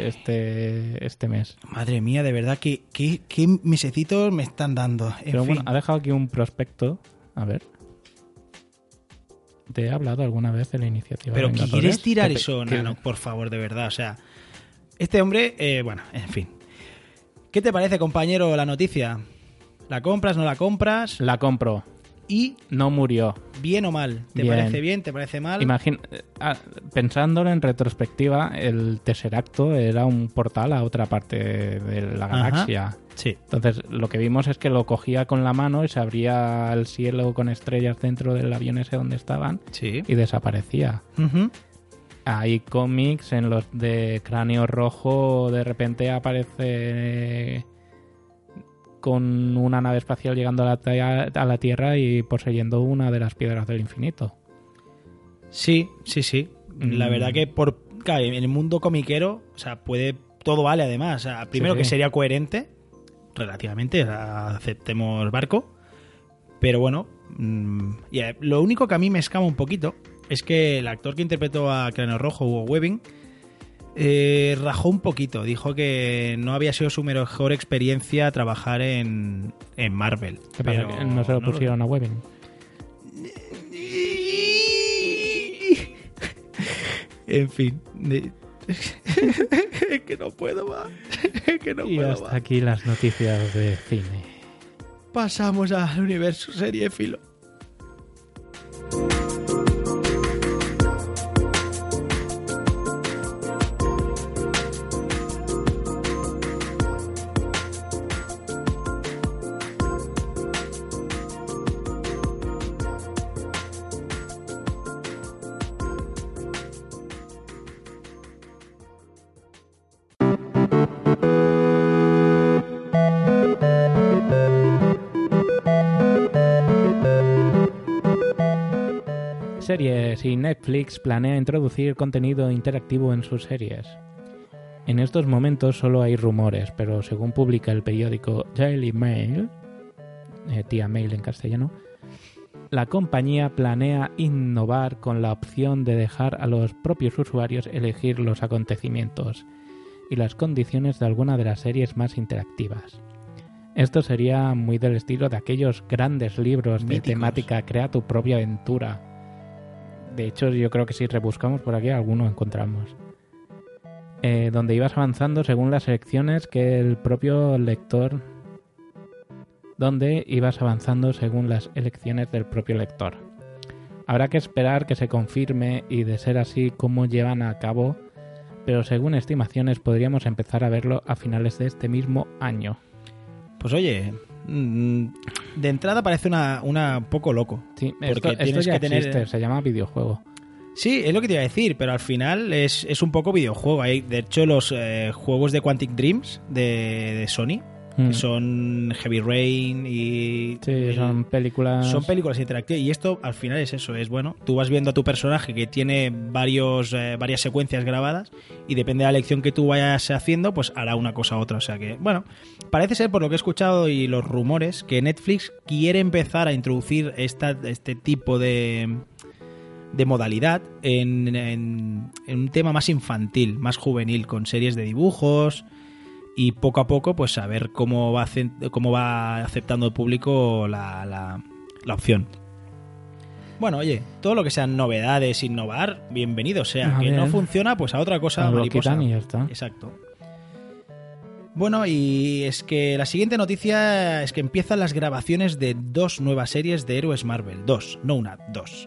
mes. Madre mía, de verdad, ¿qué mesecitos me están dando? Pero bueno, ha dejado aquí un prospecto. A ver. ¿Te he hablado alguna vez de la iniciativa? Pero Vengadores? ¿qué quieres tirar eso, Nano? Por favor, de verdad, o sea... Este hombre, bueno, en fin. ¿Qué te parece, compañero, la noticia? ¿La compras, no la compras? La compro. Y... No murió. ¿Bien o mal? ¿Te parece bien? ¿Te parece mal? Pensándolo en retrospectiva, el Tesseracto era un portal a otra parte de la galaxia. Ajá. Sí. Entonces, lo que vimos es que lo cogía con la mano y se abría el cielo con estrellas dentro del avión ese donde estaban. Sí. Y desaparecía. Uh-huh. Hay cómics en los de Cráneo Rojo, de repente aparece con una nave espacial llegando a la Tierra y poseyendo una de las piedras del infinito. Sí. La verdad que claro, en el mundo comiquero, o sea, todo vale además. O sea, primero que sería coherente, relativamente, aceptemos barco. Pero bueno, lo único que a mí me escama un poquito es que el actor que interpretó a Cráneo Rojo, Hugo Weaving, rajó un poquito. Dijo que no había sido su mejor experiencia trabajar en Marvel. ¿Qué pasa? ¿Que no se lo pusieron a Weaving? En fin. Es que no puedo más. Y hasta aquí las noticias de cine. Pasamos al universo seriéfilo. Series y Netflix planea introducir contenido interactivo en sus series. En estos momentos solo hay rumores, pero según publica el periódico Daily Mail, tía Mail en castellano, la compañía planea innovar con la opción de dejar a los propios usuarios elegir los acontecimientos y las condiciones de alguna de las series más interactivas. Esto sería muy del estilo de aquellos grandes libros de temática Crea tu propia aventura. De hecho, yo creo que si rebuscamos por aquí, alguno encontramos. Donde ibas avanzando según las elecciones que el propio lector... Donde ibas avanzando según las elecciones del propio lector. Habrá que esperar que se confirme y, de ser así, cómo llevan a cabo, pero según estimaciones podríamos empezar a verlo a finales de este mismo año. Pues oye... de entrada parece un poco loco. Sí, esto ya existe, se llama videojuego. Sí, es lo que te iba a decir, pero al final es un poco videojuego. De hecho, los juegos de Quantic Dreams de Sony, que son Heavy Rain y... Sí, son películas... Son películas interactivas y esto al final es eso, es bueno. Tú vas viendo a tu personaje que tiene varias secuencias grabadas y depende de la elección que tú vayas haciendo, pues hará una cosa u otra. O sea que, bueno, parece ser, por lo que he escuchado y los rumores, que Netflix quiere empezar a introducir este tipo de modalidad en un tema más infantil, más juvenil, con series de dibujos... Y poco a poco, pues a ver cómo va aceptando el público la opción. Bueno, oye, todo lo que sean novedades, innovar, bienvenido sea. Que no funciona, pues a otra cosa mariposa. Y ya está. Exacto. Bueno, y es que la siguiente noticia es que empiezan las grabaciones de 2 nuevas series de héroes Marvel. 2, no una, 2.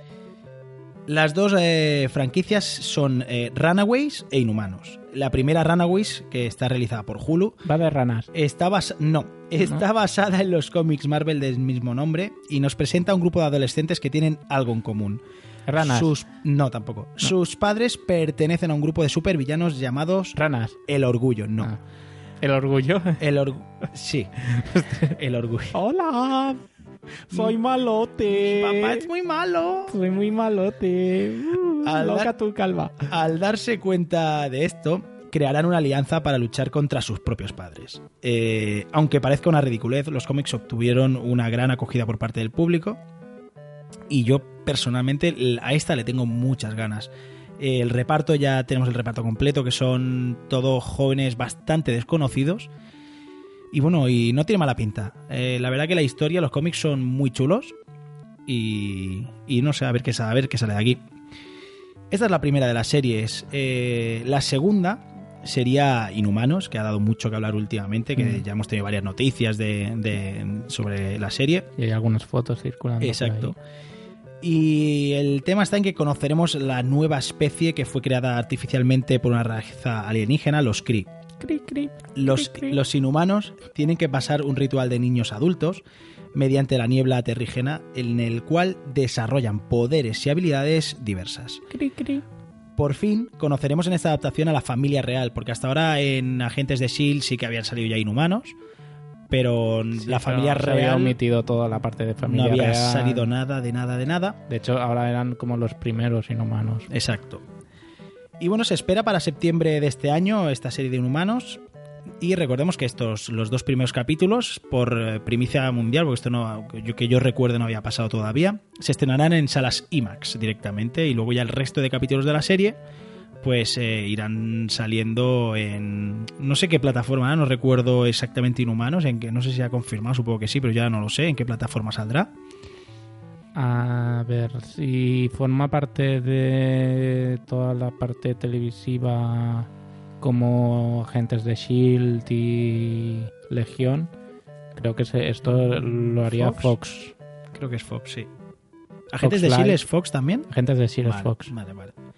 Las 2 franquicias son Runaways e Inhumanos. La primera, Runaways, que está realizada por Hulu. ¿Va de ranas? Está basada en los cómics Marvel del mismo nombre y nos presenta un grupo de adolescentes que tienen algo en común. ¿Ranas? No, tampoco. No. Sus padres pertenecen a un grupo de supervillanos llamados... ¿Ranas? El Orgullo, no. Ah. ¿El Orgullo? Sí, El Orgullo. ¡Hola! Soy malote. Papá es muy malo. Soy muy malote. Loca tu calva. Al darse cuenta de esto, crearán una alianza para luchar contra sus propios padres. Aunque parezca una ridiculez, los cómics obtuvieron una gran acogida por parte del público. Y yo, personalmente, a esta le tengo muchas ganas. El reparto, ya tenemos el reparto completo, que son todos jóvenes bastante desconocidos. Y bueno, y no tiene mala pinta. La verdad que la historia, los cómics son muy chulos. Y no sé, a ver qué sale de aquí. Esta es la primera de las series. La segunda sería Inhumanos, que ha dado mucho que hablar últimamente, que ya hemos tenido varias noticias sobre la serie. Y hay algunas fotos circulando. Exacto. Y el tema está en que conoceremos la nueva especie que fue creada artificialmente por una raza alienígena, los Kree. Los inhumanos tienen que pasar un ritual de niños adultos mediante la niebla terrígena en el cual desarrollan poderes y habilidades diversas. por fin conoceremos en esta adaptación a la familia real, porque hasta ahora en Agentes de S.H.I.E.L.D. sí que habían salido ya Inhumanos, pero la familia se real había omitido toda la parte de familia no había real. salido nada, de nada. De hecho, ahora eran como los primeros Inhumanos. Exacto. Y bueno, se espera para septiembre de este año esta serie de Inhumanos. Y recordemos que los 2 primeros capítulos, por primicia mundial, porque esto que yo recuerde no había pasado todavía, se estrenarán en salas IMAX directamente, y luego ya el resto de capítulos de la serie pues irán saliendo en no sé qué plataforma, no recuerdo exactamente Inhumanos, en que no sé si ha confirmado, supongo que sí, pero ya no lo sé en qué plataforma saldrá. A ver, si forma parte de toda la parte televisiva como Agentes de S.H.I.E.L.D. y Legión, creo que esto lo haría Fox. Creo que es Fox, sí. ¿Agentes de S.H.I.E.L.D. es Fox también? Agentes de S.H.I.E.L.D. es Fox. Vale.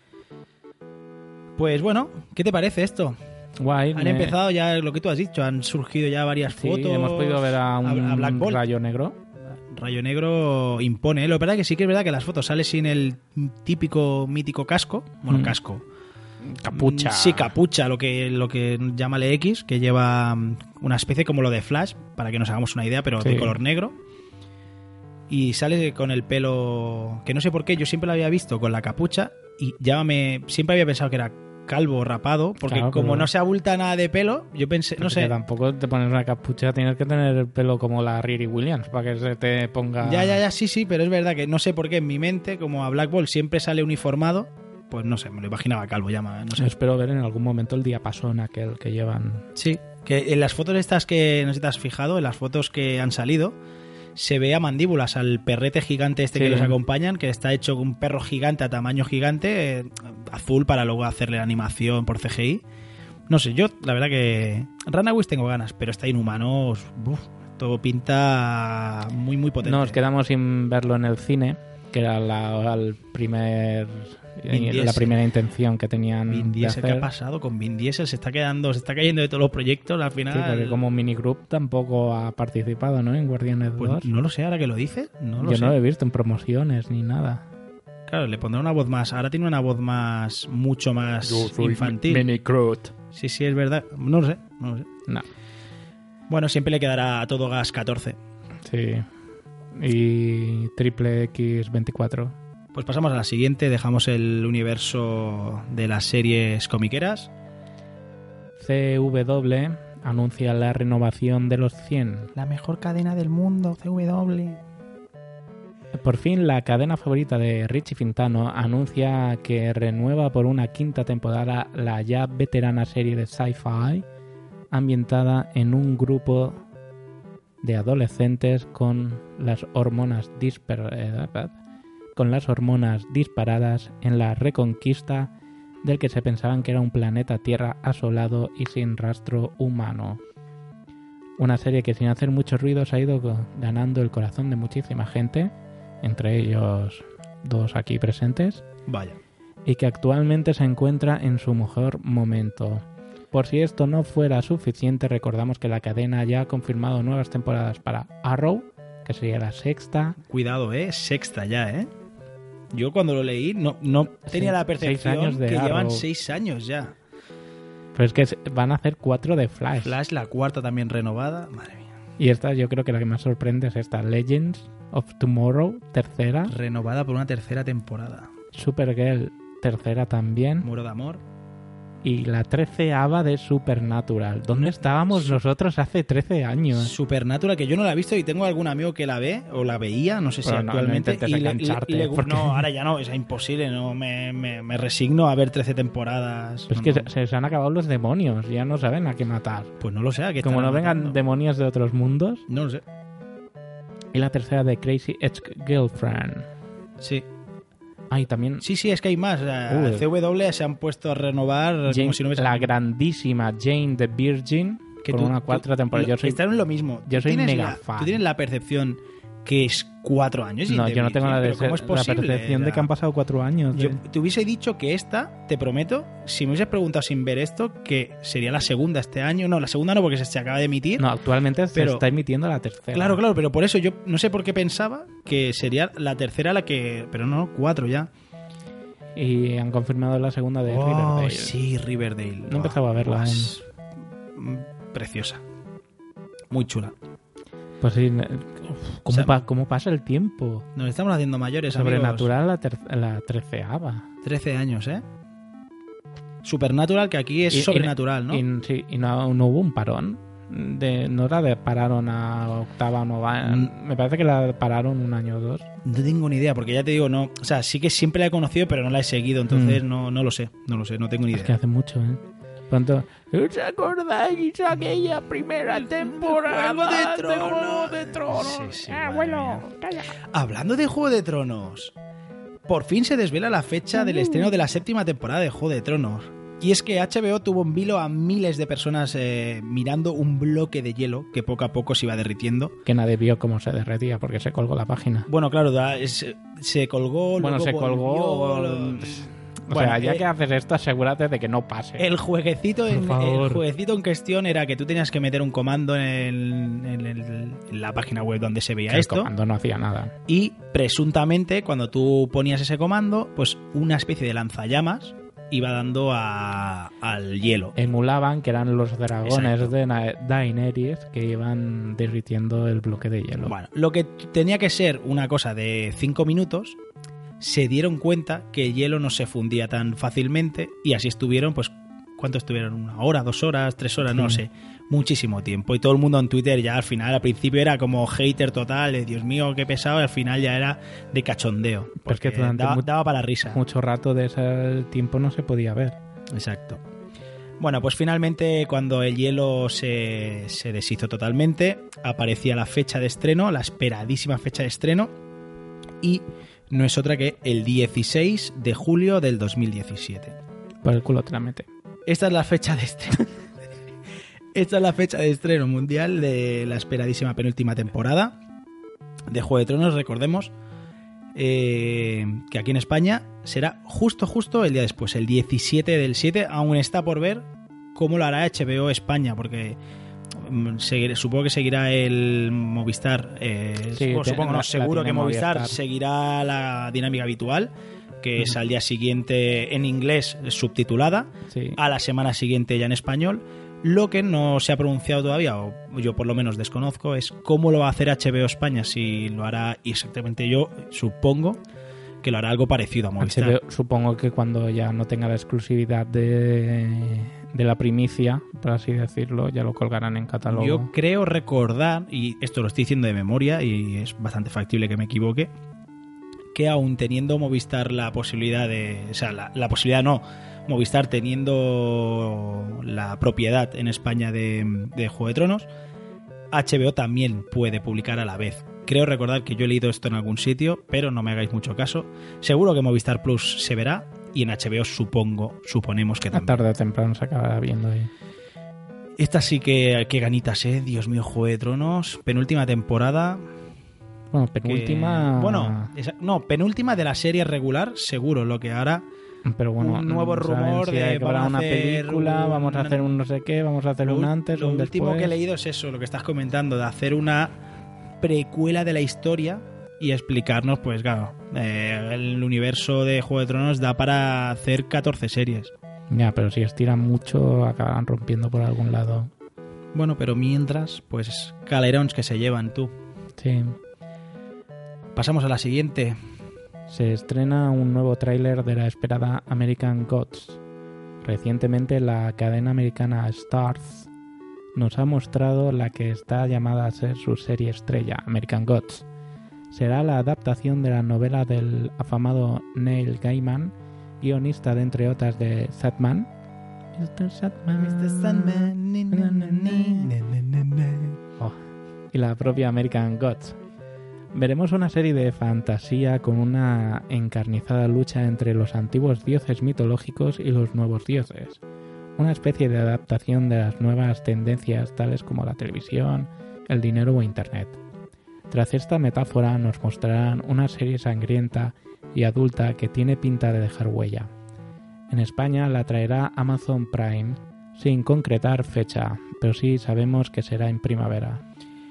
Pues bueno, ¿qué te parece esto? Guay. Han empezado ya lo que tú has dicho, han surgido ya varias fotos. Hemos podido ver a Black Bolt. Rayo Negro. Rayo Negro impone, ¿eh? Lo verdad que sí que es verdad que las fotos sale sin el típico mítico casco. Bueno, casco. Capucha. Sí, capucha, lo que llámale X, que lleva una especie como lo de Flash, para que nos hagamos una idea, pero de color negro. Y sale con el pelo, que no sé por qué, yo siempre lo había visto con la capucha y siempre había pensado que era calvo o rapado, porque claro, como no se abulta nada de pelo, yo pensé, no sé. Que tampoco te pones una capucha, tienes que tener el pelo como la Riri Williams para que se te ponga... Ya, sí, pero es verdad que no sé por qué en mi mente, como a Black Bolt siempre sale uniformado, pues no sé, me lo imaginaba calvo ya, no sé. Espero ver en algún momento el diapasón aquel que llevan. Sí, que en las fotos estas que no sé si te has fijado, en las fotos que han salido, se ve a Mandíbulas, al perrete gigante que los acompañan, que está hecho un perro gigante a tamaño gigante, azul, para luego hacerle la animación por CGI. No sé, yo la verdad que Runaways tengo ganas, pero está Inhumanos, todo pinta muy muy potente. Nos quedamos sin verlo en el cine, que era la primera intención que tenían. Vin Diesel, ¿qué ha pasado con Vin Diesel? Se está cayendo de todos los proyectos al final. Sí, porque como minigroup tampoco ha participado, ¿no? En Guardianes 2. No lo sé, ahora que lo dices. Yo no lo he visto en promociones ni nada. Claro, le pondrá una voz más. Ahora tiene una voz mucho más infantil. Minigroup. Sí, es verdad. No lo sé. No. Bueno, siempre le quedará a todo gas 14. Sí. Y Triple X 24. Pues pasamos a la siguiente, dejamos el universo de las series comiqueras. CW anuncia la renovación de los 100. La mejor cadena del mundo, CW. Por fin la cadena favorita de Richie Fintano anuncia que renueva por una 5ª temporada la ya veterana serie de sci-fi ambientada en un grupo de adolescentes con las hormonas disparadas en la reconquista del que se pensaban que era un planeta Tierra asolado y sin rastro humano. Una serie que sin hacer mucho ruido se ha ido ganando el corazón de muchísima gente, entre ellos 2 aquí presentes. Vaya. Y que actualmente se encuentra en su mejor momento. Por si esto no fuera suficiente, recordamos que la cadena ya ha confirmado nuevas temporadas para Arrow, que sería la 6ª. Cuidado, 6ª ya, Yo cuando lo leí no tenía la percepción que llevan 6 años ya. Pero es que van a hacer 4 de Flash. Flash, la 4ª también renovada. Madre mía. Y esta yo creo que la que más sorprende es esta, Legends of Tomorrow, 3ª. Renovada por una 3ª temporada. Supergirl, 3ª también. Muro de amor. Y la 13ª de Supernatural. ¿Dónde estábamos nosotros hace 13 años? Supernatural, que yo no la he visto y tengo algún amigo que la ve o la veía, no sé si actualmente. No, ahora ya no, es imposible, no me resigno a ver 13 temporadas. Es que se han acabado los demonios, ya no saben a qué matar. Pues no lo sé, ¿a qué como no vengan demonios de otros mundos. No lo sé. Y la 3ª de Crazy Ex-Girlfriend. Sí. Y también... Sí, es que hay más. CW se han puesto a renovar como si no hubiese... La grandísima Jane the Virgin, que con una 4ª temporada. Están en lo mismo. Yo soy mega fan. ¿Tú tienes la percepción que es 4 años? No, yo no tengo la percepción de que han pasado 4 años. Yo te hubiese dicho que esta, te prometo, si me hubieses preguntado sin ver esto, que sería la 2ª este año. No, la 2ª no, porque se acaba de emitir. No, actualmente se está emitiendo la 3ª. Claro, pero por eso yo no sé por qué pensaba que sería la 3ª la que... Pero no, 4 ya. Y han confirmado la segunda de Riverdale. Sí, Riverdale. No he empezado a verla aún. Preciosa. Muy chula. Pues sí, ¿cómo pasa el tiempo? Nos estamos haciendo mayores, Sobrenatural la 13ª. 13 años, ¿eh? Supernatural, que aquí es sobrenatural, ¿no? Y no hubo un parón. No era de pararon a octava o novena. Me parece que la pararon un año o dos. No tengo ni idea, porque ya te digo, no. O sea, sí que siempre la he conocido, pero no la he seguido, entonces no lo sé, no tengo ni idea. Es que hace mucho, ¿eh? Pronto, ¿os acordáis aquella primera temporada de Juego de Tronos? Sí, abuelo, calla. Hablando de Juego de Tronos, por fin se desvela la fecha del estreno de la 7ª temporada de Juego de Tronos. Y es que HBO tuvo en vilo a miles de personas mirando un bloque de hielo que poco a poco se iba derritiendo. Que nadie vio cómo se derretía porque se colgó la página. Bueno, claro, se colgó... Bueno, se colgó... O sea, ya que haces esto, asegúrate de que no pase. El jueguecito en cuestión era que tú tenías que meter un comando en la página web donde se veía esto. El comando no hacía nada. Y presuntamente, cuando tú ponías ese comando, pues una especie de lanzallamas iba dando al hielo. Emulaban que eran los dragones de Daenerys que iban derritiendo el bloque de hielo. Bueno, lo que tenía que ser una cosa de 5 minutos... se dieron cuenta que el hielo no se fundía tan fácilmente y así estuvieron, pues, ¿cuánto estuvieron? ¿1 hora, 2 horas, 3 horas? No sé, muchísimo tiempo. Y todo el mundo en Twitter ya al principio era como hater total, de Dios mío, qué pesado, y al final ya era de cachondeo. Pero es que daba para risa. Mucho rato de ese tiempo no se podía ver. Exacto. Bueno, pues finalmente cuando el hielo se deshizo totalmente, aparecía la fecha de estreno, la esperadísima fecha de estreno, y... no es otra que el 16 de julio del 2017. Por el culo te la mete. Esta es la fecha de estreno. Esta es la fecha de estreno mundial de la esperadísima penúltima temporada de Juego de Tronos. Recordemos que aquí en España será justo el día después, el 17 del 7. Aún está por ver cómo lo hará HBO España, porque... supongo que seguirá el Movistar. Seguro que Movistar seguirá la dinámica habitual, que es al día siguiente en inglés subtitulada, a la semana siguiente ya en español. Lo que no se ha pronunciado todavía, o yo por lo menos desconozco, es cómo lo va a hacer HBO España, si lo hará exactamente. Yo supongo que lo hará algo parecido a Movistar. HBO, supongo que cuando ya no tenga la exclusividad de la primicia, por así decirlo, ya lo colgarán en catálogo. Yo creo recordar, y esto lo estoy diciendo de memoria y es bastante factible que me equivoque, que aún teniendo Movistar la posibilidad de... O sea, la posibilidad no, Movistar teniendo la propiedad en España de Juego de Tronos, HBO también puede publicar a la vez. Creo recordar que yo he leído esto en algún sitio, pero no me hagáis mucho caso. Seguro que Movistar Plus se verá y en HBO suponemos que también. Tarde o temprano se acabará viendo ahí. Esta sí que ganitas, Dios mío, Juego de Tronos. Penúltima temporada. Bueno, penúltima... penúltima de la serie regular, seguro. Lo que hará... Pero bueno, un nuevo rumor si de para una película, vamos a hacer un no sé qué, vamos a hacer un antes, un después. Lo último que he leído es eso, lo que estás comentando, de hacer una precuela de la historia y explicarnos, pues claro, el universo de Juego de Tronos da para hacer 14 series. Ya, pero si estiran mucho acabarán rompiendo por algún lado. Bueno, pero mientras, pues calerons que se llevan, tú. Sí. Pasamos a la siguiente. Se estrena un nuevo tráiler de la esperada American Gods. Recientemente la cadena americana Starz nos ha mostrado la que está llamada a ser su serie estrella, American Gods. Será la adaptación de la novela del afamado Neil Gaiman, guionista de entre otras de Sandman. Mr. Sandman. Y la propia American Gods. Veremos una serie de fantasía con una encarnizada lucha entre los antiguos dioses mitológicos y los nuevos dioses. Una especie de adaptación de las nuevas tendencias tales como la televisión, el dinero o Internet. Tras esta metáfora nos mostrarán una serie sangrienta y adulta que tiene pinta de dejar huella. En España la traerá Amazon Prime, sin concretar fecha, pero sí sabemos que será en primavera.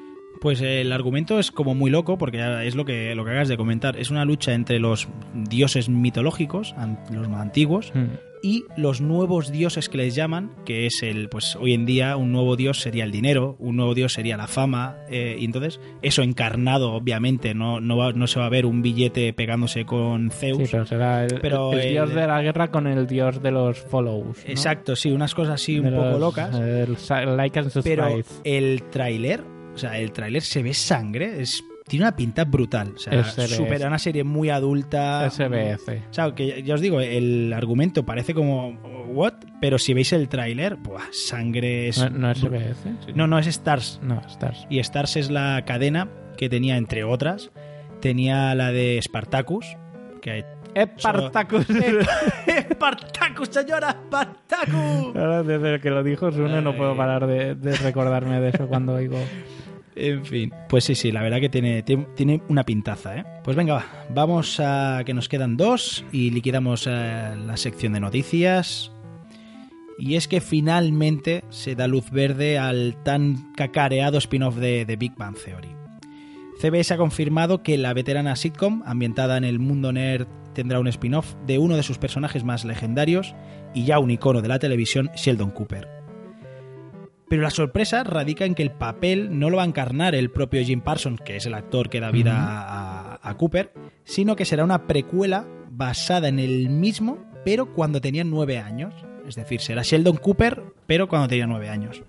Pues el argumento es como muy loco, porque es lo que acabas de comentar. Es una lucha entre los dioses mitológicos, los más antiguos, y los nuevos dioses que les llaman, que es pues hoy en día un nuevo dios sería el dinero, un nuevo dios sería la fama, y entonces eso encarnado, obviamente, no se va a ver un billete pegándose con Zeus. Sí, pero será el dios de la guerra con el dios de los follows, ¿no? Exacto, sí, unas cosas así un poco locas. El like and subscribe. Pero el tráiler se ve sangre, tiene una pinta brutal. O sea, una serie muy adulta. SBS. O sea, que ya os digo, el argumento parece como ¿what? Pero si veis el tráiler, sangre es... ¿No es SBS? Sí. No, es Stars. No, Stars. Y Stars es la cadena que tenía, entre otras, tenía la de Spartacus, que ¡Spartacus! ¡Spartacus, señora! ¡Spartacus! Ahora, desde que lo dijo Sune no puedo parar de recordarme de eso cuando oigo... En fin, pues sí, la verdad que tiene una pintaza, ¿eh? Pues venga, vamos a que nos quedan 2 y liquidamos la sección de noticias. Y es que finalmente se da luz verde al tan cacareado spin-off de Big Bang Theory. CBS ha confirmado que la veterana sitcom, ambientada en el mundo nerd, tendrá un spin-off de uno de sus personajes más legendarios y ya un icono de la televisión, Sheldon Cooper. Pero la sorpresa radica en que el papel no lo va a encarnar el propio Jim Parsons, que es el actor que da vida a Cooper, sino que será una precuela basada en el mismo, pero cuando tenía 9 años. Es decir, será Sheldon Cooper, pero cuando tenía 9 años.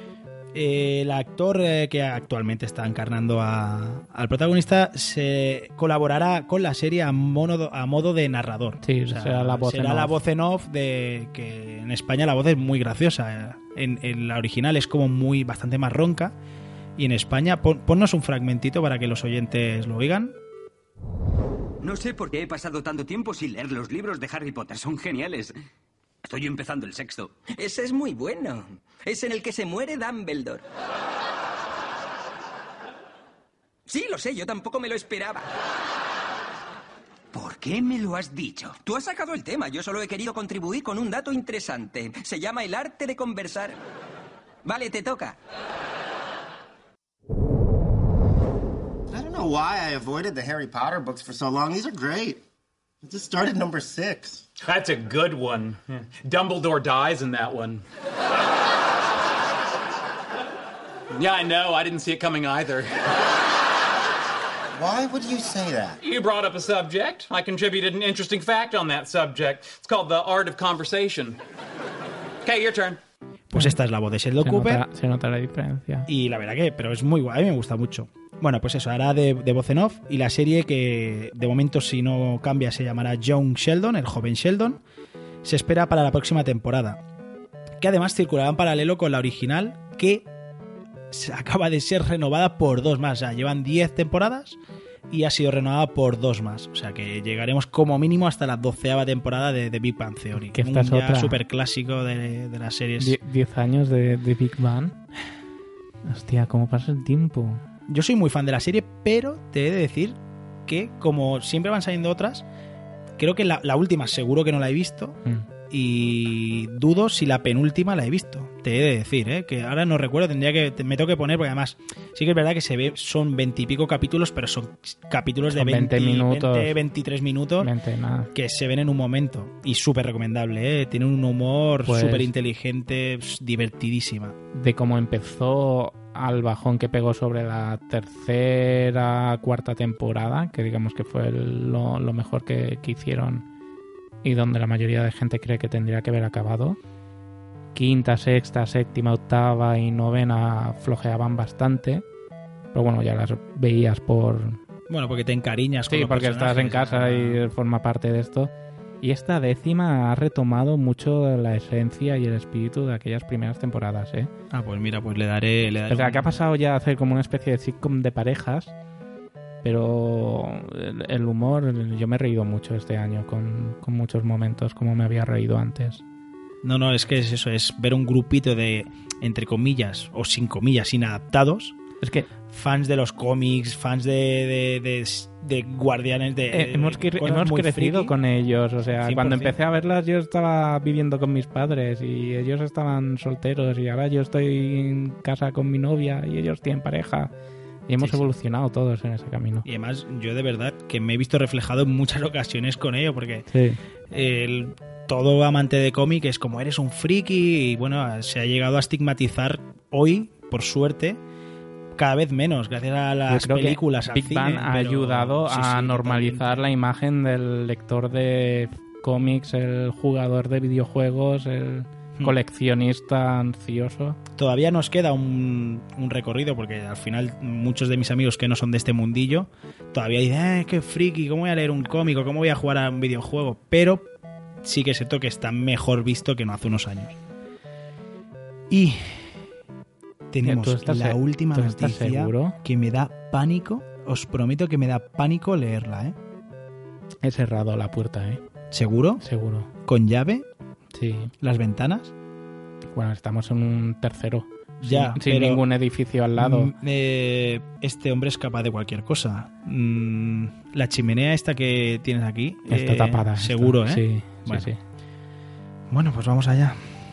El actor que actualmente está encarnando al protagonista se colaborará con la serie a modo de narrador. Sí, o sea, será la voz en off que en España la voz es muy graciosa. En la original es como bastante más ronca, y en España ponnos un fragmentito para que los oyentes lo oigan. No sé por qué he pasado tanto tiempo sin leer los libros de Harry Potter, son geniales. Estoy empezando el 6º. Ese es muy bueno. Es en el que se muere Dumbledore. Sí, lo sé, yo tampoco me lo esperaba. ¿Por qué me lo has dicho? Tú has sacado el tema, yo solo he querido contribuir con un dato interesante. Se llama el arte de conversar. Vale, te toca. I don't know why I avoided the Harry Potter books for so long. These are great. I just started number 6. That's a good one. Dumbledore dies in that one. Yeah, I know. I didn't see it coming either. Why would you say that? You brought up a subject. I contributed an interesting fact on that subject. It's called the art of conversation. Okay, your turn. Pues esta es la voz de Sheldon Cooper. Se nota la diferencia. Y la verdad pero es muy guay, a mí me gusta mucho. Bueno, pues eso, hará de voz en off, y la serie, que de momento si no cambia se llamará Young Sheldon, el joven Sheldon, se espera para la próxima temporada, que además circulará en paralelo con la original, que acaba de ser renovada por 2 más. O sea, llevan 10 temporadas y ha sido renovada por 2 más. O sea que llegaremos como mínimo hasta la 12ª temporada de Big Bang Theory, que esta es otra súper clásico de las series. 10 años de Big Bang. Hostia, cómo pasa el tiempo. Yo soy muy fan de la serie, pero te he de decir que como siempre van saliendo otras, creo que la última seguro que no la he visto, y dudo si la penúltima la he visto. Te he de decir, que ahora no recuerdo, me tengo que poner, porque además sí que es verdad que son 20 y pico capítulos, pero son capítulos de 20 minutos, 23 minutos, 20, que se ven en un momento, y súper recomendable, tiene un humor súper inteligente, divertidísima. De cómo empezó al bajón que pegó sobre la 3ª, 4ª temporada, que digamos que fue lo mejor que hicieron, y donde la mayoría de gente cree que tendría que haber acabado. 5ª, 6ª, 7ª, 8ª y 9ª flojeaban bastante, pero bueno, ya las veías porque te encariñas con los porque estás en casa y forma parte de esto. Y esta 10ª ha retomado mucho la esencia y el espíritu de aquellas primeras temporadas, pues mira, pues le daré o sea, que ha pasado ya a hacer como una especie de sitcom de parejas, pero el humor, yo me he reído mucho este año con muchos momentos como me había reído antes. No, es que es eso, es ver un grupito de, entre comillas o sin comillas, inadaptados. Es que fans de los cómics, fans de Guardianes, hemos crecido con ellos. O sea, 100%. Cuando empecé a verlas yo estaba viviendo con mis padres y ellos estaban solteros, y ahora yo estoy en casa con mi novia y ellos tienen pareja. Y hemos Sí, sí. evolucionado todos en ese camino. Y además, yo de verdad que me he visto reflejado en muchas ocasiones con ello, porque Sí. todo amante de cómic es como eres un friki y bueno, se ha llegado a estigmatizar hoy, por suerte, cada vez menos, gracias a las Yo creo películas, que al Big cine, Bang ha pero- ayudado sí, a sí, normalizar la imagen del lector de cómics, el jugador de videojuegos, el coleccionista ansioso. Todavía nos queda un recorrido, porque al final muchos de mis amigos que no son de este mundillo todavía dicen, qué friki, ¿cómo voy a leer un cómic o cómo voy a jugar a un videojuego? Pero sí que es cierto que está mejor visto que no hace unos años. Y tenemos ¿Tú estás la última ¿tú estás noticia seguro? que me da pánico. Os prometo que me da pánico leerla, ¿eh? He cerrado la puerta, ¿eh? ¿Seguro? Seguro. ¿Con llave? Sí. ¿Las ventanas? Bueno, estamos en un tercero. Ya, sin pero- ningún edificio al lado. Este hombre es capaz de cualquier cosa. La chimenea esta que tienes aquí Está tapada. seguro, está. ¿eh? Sí, Bueno. sí. Bueno, pues vamos allá.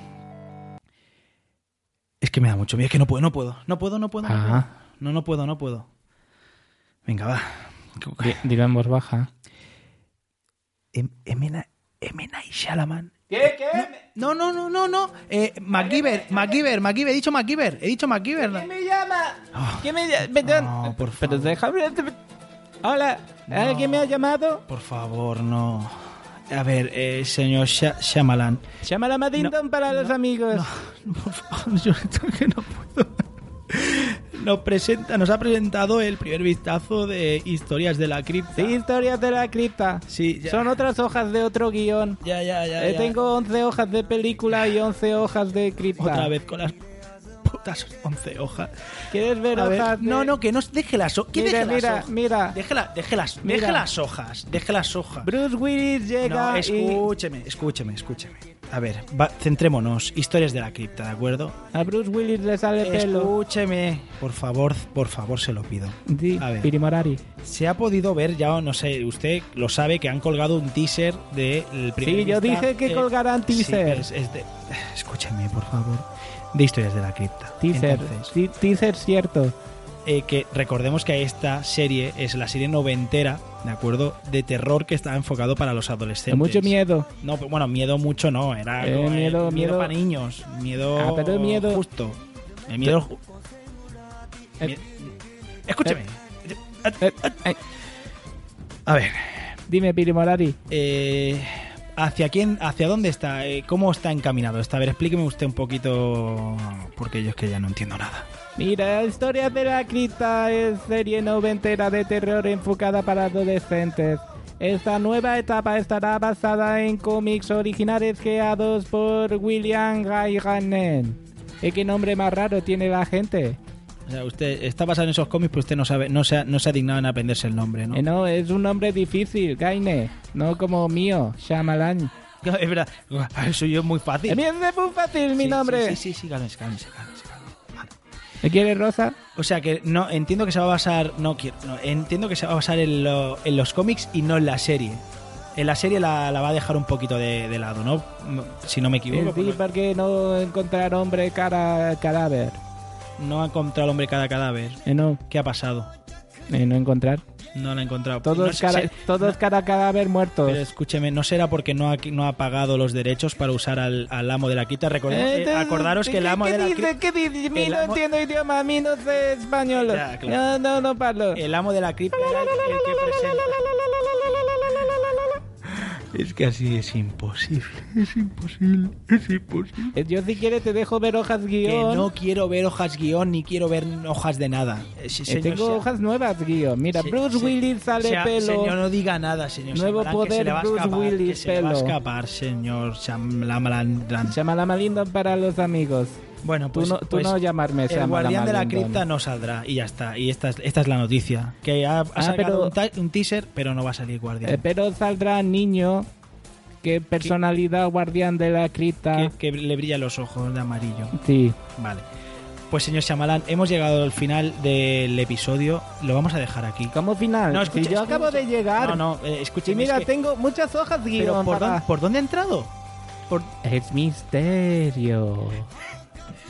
Es que me da mucho miedo, es que no puedo. Ah. No puedo. Venga, va. Dilo en voz baja. M. Night Shyamalan. ¿Qué? No. MacGyver. He dicho MacGyver. ¿Quién me llama? ¿Quién me llama? Perdón. No, por favor. Pero déjame... Hola, ¿alguien me ha llamado? Por favor, no. A ver, señor Shyamalan. Llama la Madington para los amigos. Por favor, yo que no puedo. Nos ha presentado el primer vistazo de Historias de la Cripta. Sí, Historias de la Cripta. Sí, ya. Son otras hojas de otro guión. Ya. Tengo 11 hojas de película y 11 hojas de cripta. Otra vez con las putas 11 hojas. ¿Quieres ver A ver, hojas? no, que no deje las hojas. Mira. Deje las hojas. Deje las hojas. Bruce Willis llega No, escúcheme. A ver, centrémonos. Historias de la cripta, ¿de acuerdo? A Bruce Willis le sale pelo. Escúcheme. Por favor, se lo pido. Sí, A ver. Pirimorari. Se ha podido ver ya, no sé, usted lo sabe, que han colgado un teaser del primer Sí, yo vistazo. dije que colgaran teaser. Sí, escúcheme, por favor. De Historias de la cripta. Teaser. Entonces, Teaser cierto. que recordemos que esta serie es la serie noventera, ¿de acuerdo? De terror que está enfocado para los adolescentes. Mucho miedo. No, bueno, miedo mucho no, era como, miedo para niños, miedo, pero miedo justo. Miedo escúcheme. A ver, Dime, Pirimorari. ¿hacia dónde está? ¿Cómo está encaminado? A ver, explíqueme usted un poquito, porque yo es que ya no entiendo nada. Mira, Historias de la Cripta es serie noventera de terror enfocada para adolescentes. Esta nueva etapa estará basada en cómics originales creados por William Gaiganen. ¿Qué nombre más raro tiene la gente? O sea, usted está basado en esos cómics, pero usted no se ha dignado en aprenderse el nombre, ¿no? No, es un nombre difícil, Gaine. No como mío, Shyamalan. Es verdad, eso yo es muy fácil. Es muy fácil mi nombre. Sí, cálmese. ¿Me quieres rosa? O sea que no entiendo que se va a basar, entiendo que se va a basar en los cómics y no en la serie. En la serie la va a dejar un poquito de lado, ¿no? Si no me equivoco. Sí, porque no encontrar hombre cara cadáver. No ha encontrado al hombre cada cadáver. No. ¿Qué ha pasado? No encontrar. No lo ha encontrado. Todos No, cara cadáver muertos. Pero escúcheme, ¿no será porque no ha pagado los derechos para usar al amo de la cripta? Acordaros que el amo de la cripta... ¿Qué dices? No entiendo idioma, a mí no sé español. Ya, claro. No parlo. El amo de la cripta era el que presenta... Es que así es imposible. Yo si quieres te dejo ver hojas guión. Que no quiero ver hojas guión ni quiero ver hojas de nada. Tengo hojas nuevas guión. Mira, Bruce Willis sale pelo. Señor, no diga nada, señor. Nuevo poder, Bruce Willis pelo. Se le va a pelo. escapar, señor Shyamalan. Shyamalan para los amigos. Bueno, pues tú no llamarme el guardián de la cripta no saldrá y ya está. Y esta es la noticia. Que ha sacado un teaser, pero no va a salir guardián. Pero saldrá niño. ¿Qué personalidad guardián de la cripta? Que le brillan los ojos de amarillo. Sí. Vale. Pues señor Shyamalan, hemos llegado al final del episodio. Lo vamos a dejar aquí. ¿Cómo final? No, escucha, si yo acabo de llegar. Escúcheme. Mira, tengo muchas hojas guión. ¿Por dónde ha entrado? Es misterio.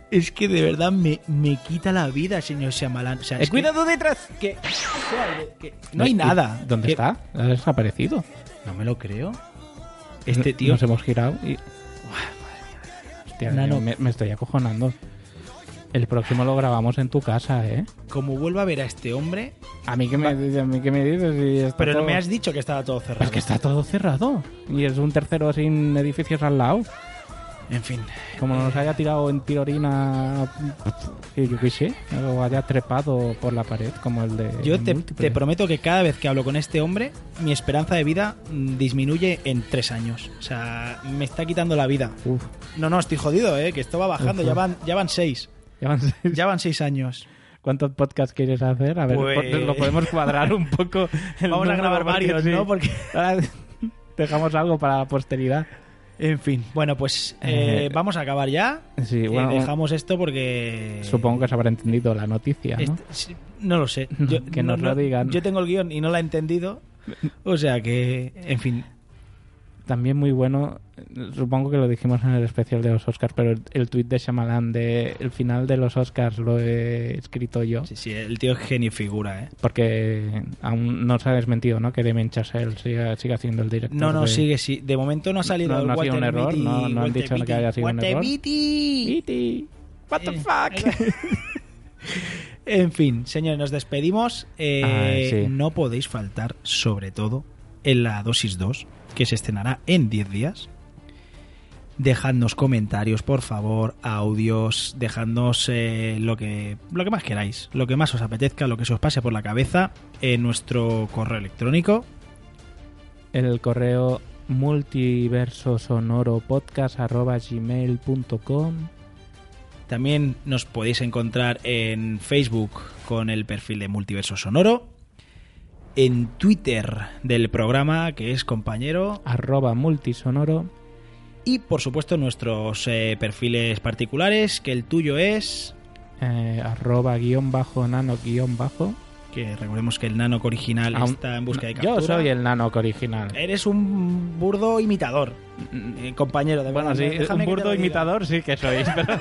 Es que de verdad me quita la vida, señor Shyamalan. O sea, es ¡Cuidado detrás! No hay nada. ¿Dónde está? Ha desaparecido. No me lo creo. Este tío... Nos hemos girado y... Hostia, me estoy acojonando. El próximo lo grabamos en tu casa, ¿eh? Como vuelva a ver a este hombre... ¿A mí qué me dices? Si está Pero todo... no me has dicho que estaba todo cerrado. Es que está todo cerrado. Y es un tercero sin edificios al lado. En fin. Como nos haya tirado en tirolina... Yo qué sé. O haya trepado por la pared, como el de... Yo te prometo que cada vez que hablo con este hombre, mi esperanza de vida disminuye en 3 años. O sea, me está quitando la vida. Uf. No, estoy jodido, que esto va bajando. Uf. Ya van 6. Ya van 6 años. ¿Cuántos podcasts quieres hacer? A ver, pues... lo podemos cuadrar un poco. Vamos a grabar varios, ¿no? Porque ahora dejamos algo para la posteridad. En fin, bueno, pues vamos a acabar ya. Sí, bueno, dejamos esto porque... Supongo que se habrá entendido la noticia, ¿no? No lo sé. Que nos lo digan. Yo tengo el guión y no la he entendido. O sea que, en fin... También muy bueno, supongo que lo dijimos en el especial de los Oscars, pero el tuit de Shyamalan de el final de los Oscars lo he escrito yo. Sí, el tío es genio figura, ¿eh? Porque aún no se ha desmentido, ¿no? Que Damien Chazelle siga siendo el director. No, sigue, sí. De momento no ha salido no ha sido un error, no han dicho que haya sido un error. What the fuck? En fin, señores, nos despedimos. Sí. No podéis faltar, sobre todo, en la dosis 2, que se estrenará en 10 días. Dejadnos comentarios, por favor, audios, dejadnos lo que más queráis, lo que más os apetezca, lo que se os pase por la cabeza en nuestro correo electrónico. El correo multiversosonoropodcast@gmail.com. También nos podéis encontrar en Facebook con el perfil de Multiverso Sonoro, en Twitter del programa, que es compañero @multisonoro, y por supuesto nuestros perfiles particulares, que el tuyo es @_nano_, que recordemos que el Nanoc original está en busca de captura. Yo soy el Nanoc original. Eres un burdo imitador, compañero, de bueno, verdad. Sí, un burdo imitador sí que sois,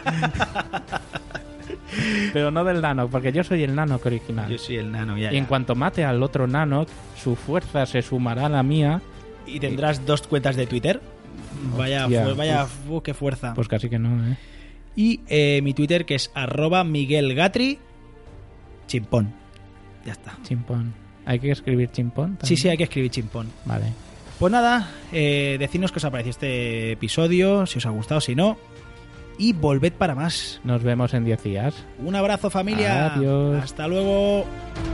pero no del Nanoc, porque yo soy el Nanoc original. Yo soy el Nano, ya. Y en cuanto mate al otro Nanoc, su fuerza se sumará a la mía. ¿Y tendrás 2 cuentas de Twitter? Vaya, qué fuerza. Pues casi que no, ¿eh? Y mi Twitter, que es @MiguelGatri chimpón. Ya está. Chimpón. ¿Hay que escribir chimpón también? Sí, hay que escribir chimpón. Vale. Pues nada, decidnos qué os ha parecido este episodio, si os ha gustado, si no. Y volved para más. Nos vemos en 10 días. Un abrazo, familia. Adiós. Hasta luego.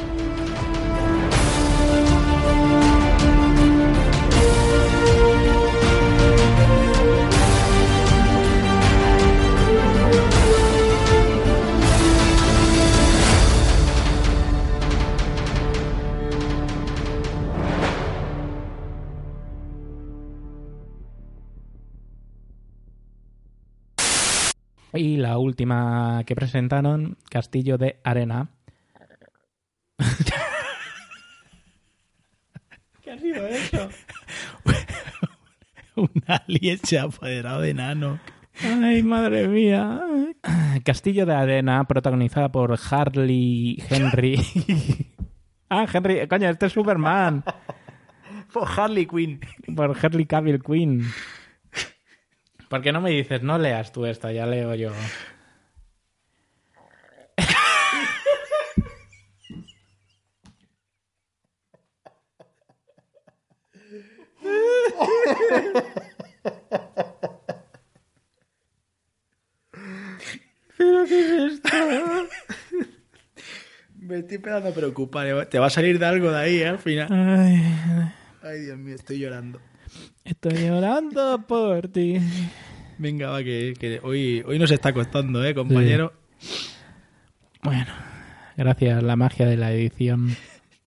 Y la última que presentaron, Castillo de Arena. ¿Qué ha sido eso? Un alien se ha apoderado de Nanoc. Ay, madre mía. Castillo de Arena, protagonizada por Henry. Henry, coño, este es Superman. Por Harley Quinn. Por Henry Cavill Quinn. ¿Por qué no me dices, no leas tú esto? Ya leo yo. ¿Pero qué es esto? Me estoy empezando a preocupar. Te va a salir de algo de ahí, al final. Ay, Dios mío, estoy llorando. Estoy llorando por ti. Venga, va, que hoy nos está costando, compañero. Sí. Bueno, gracias a la magia de la edición.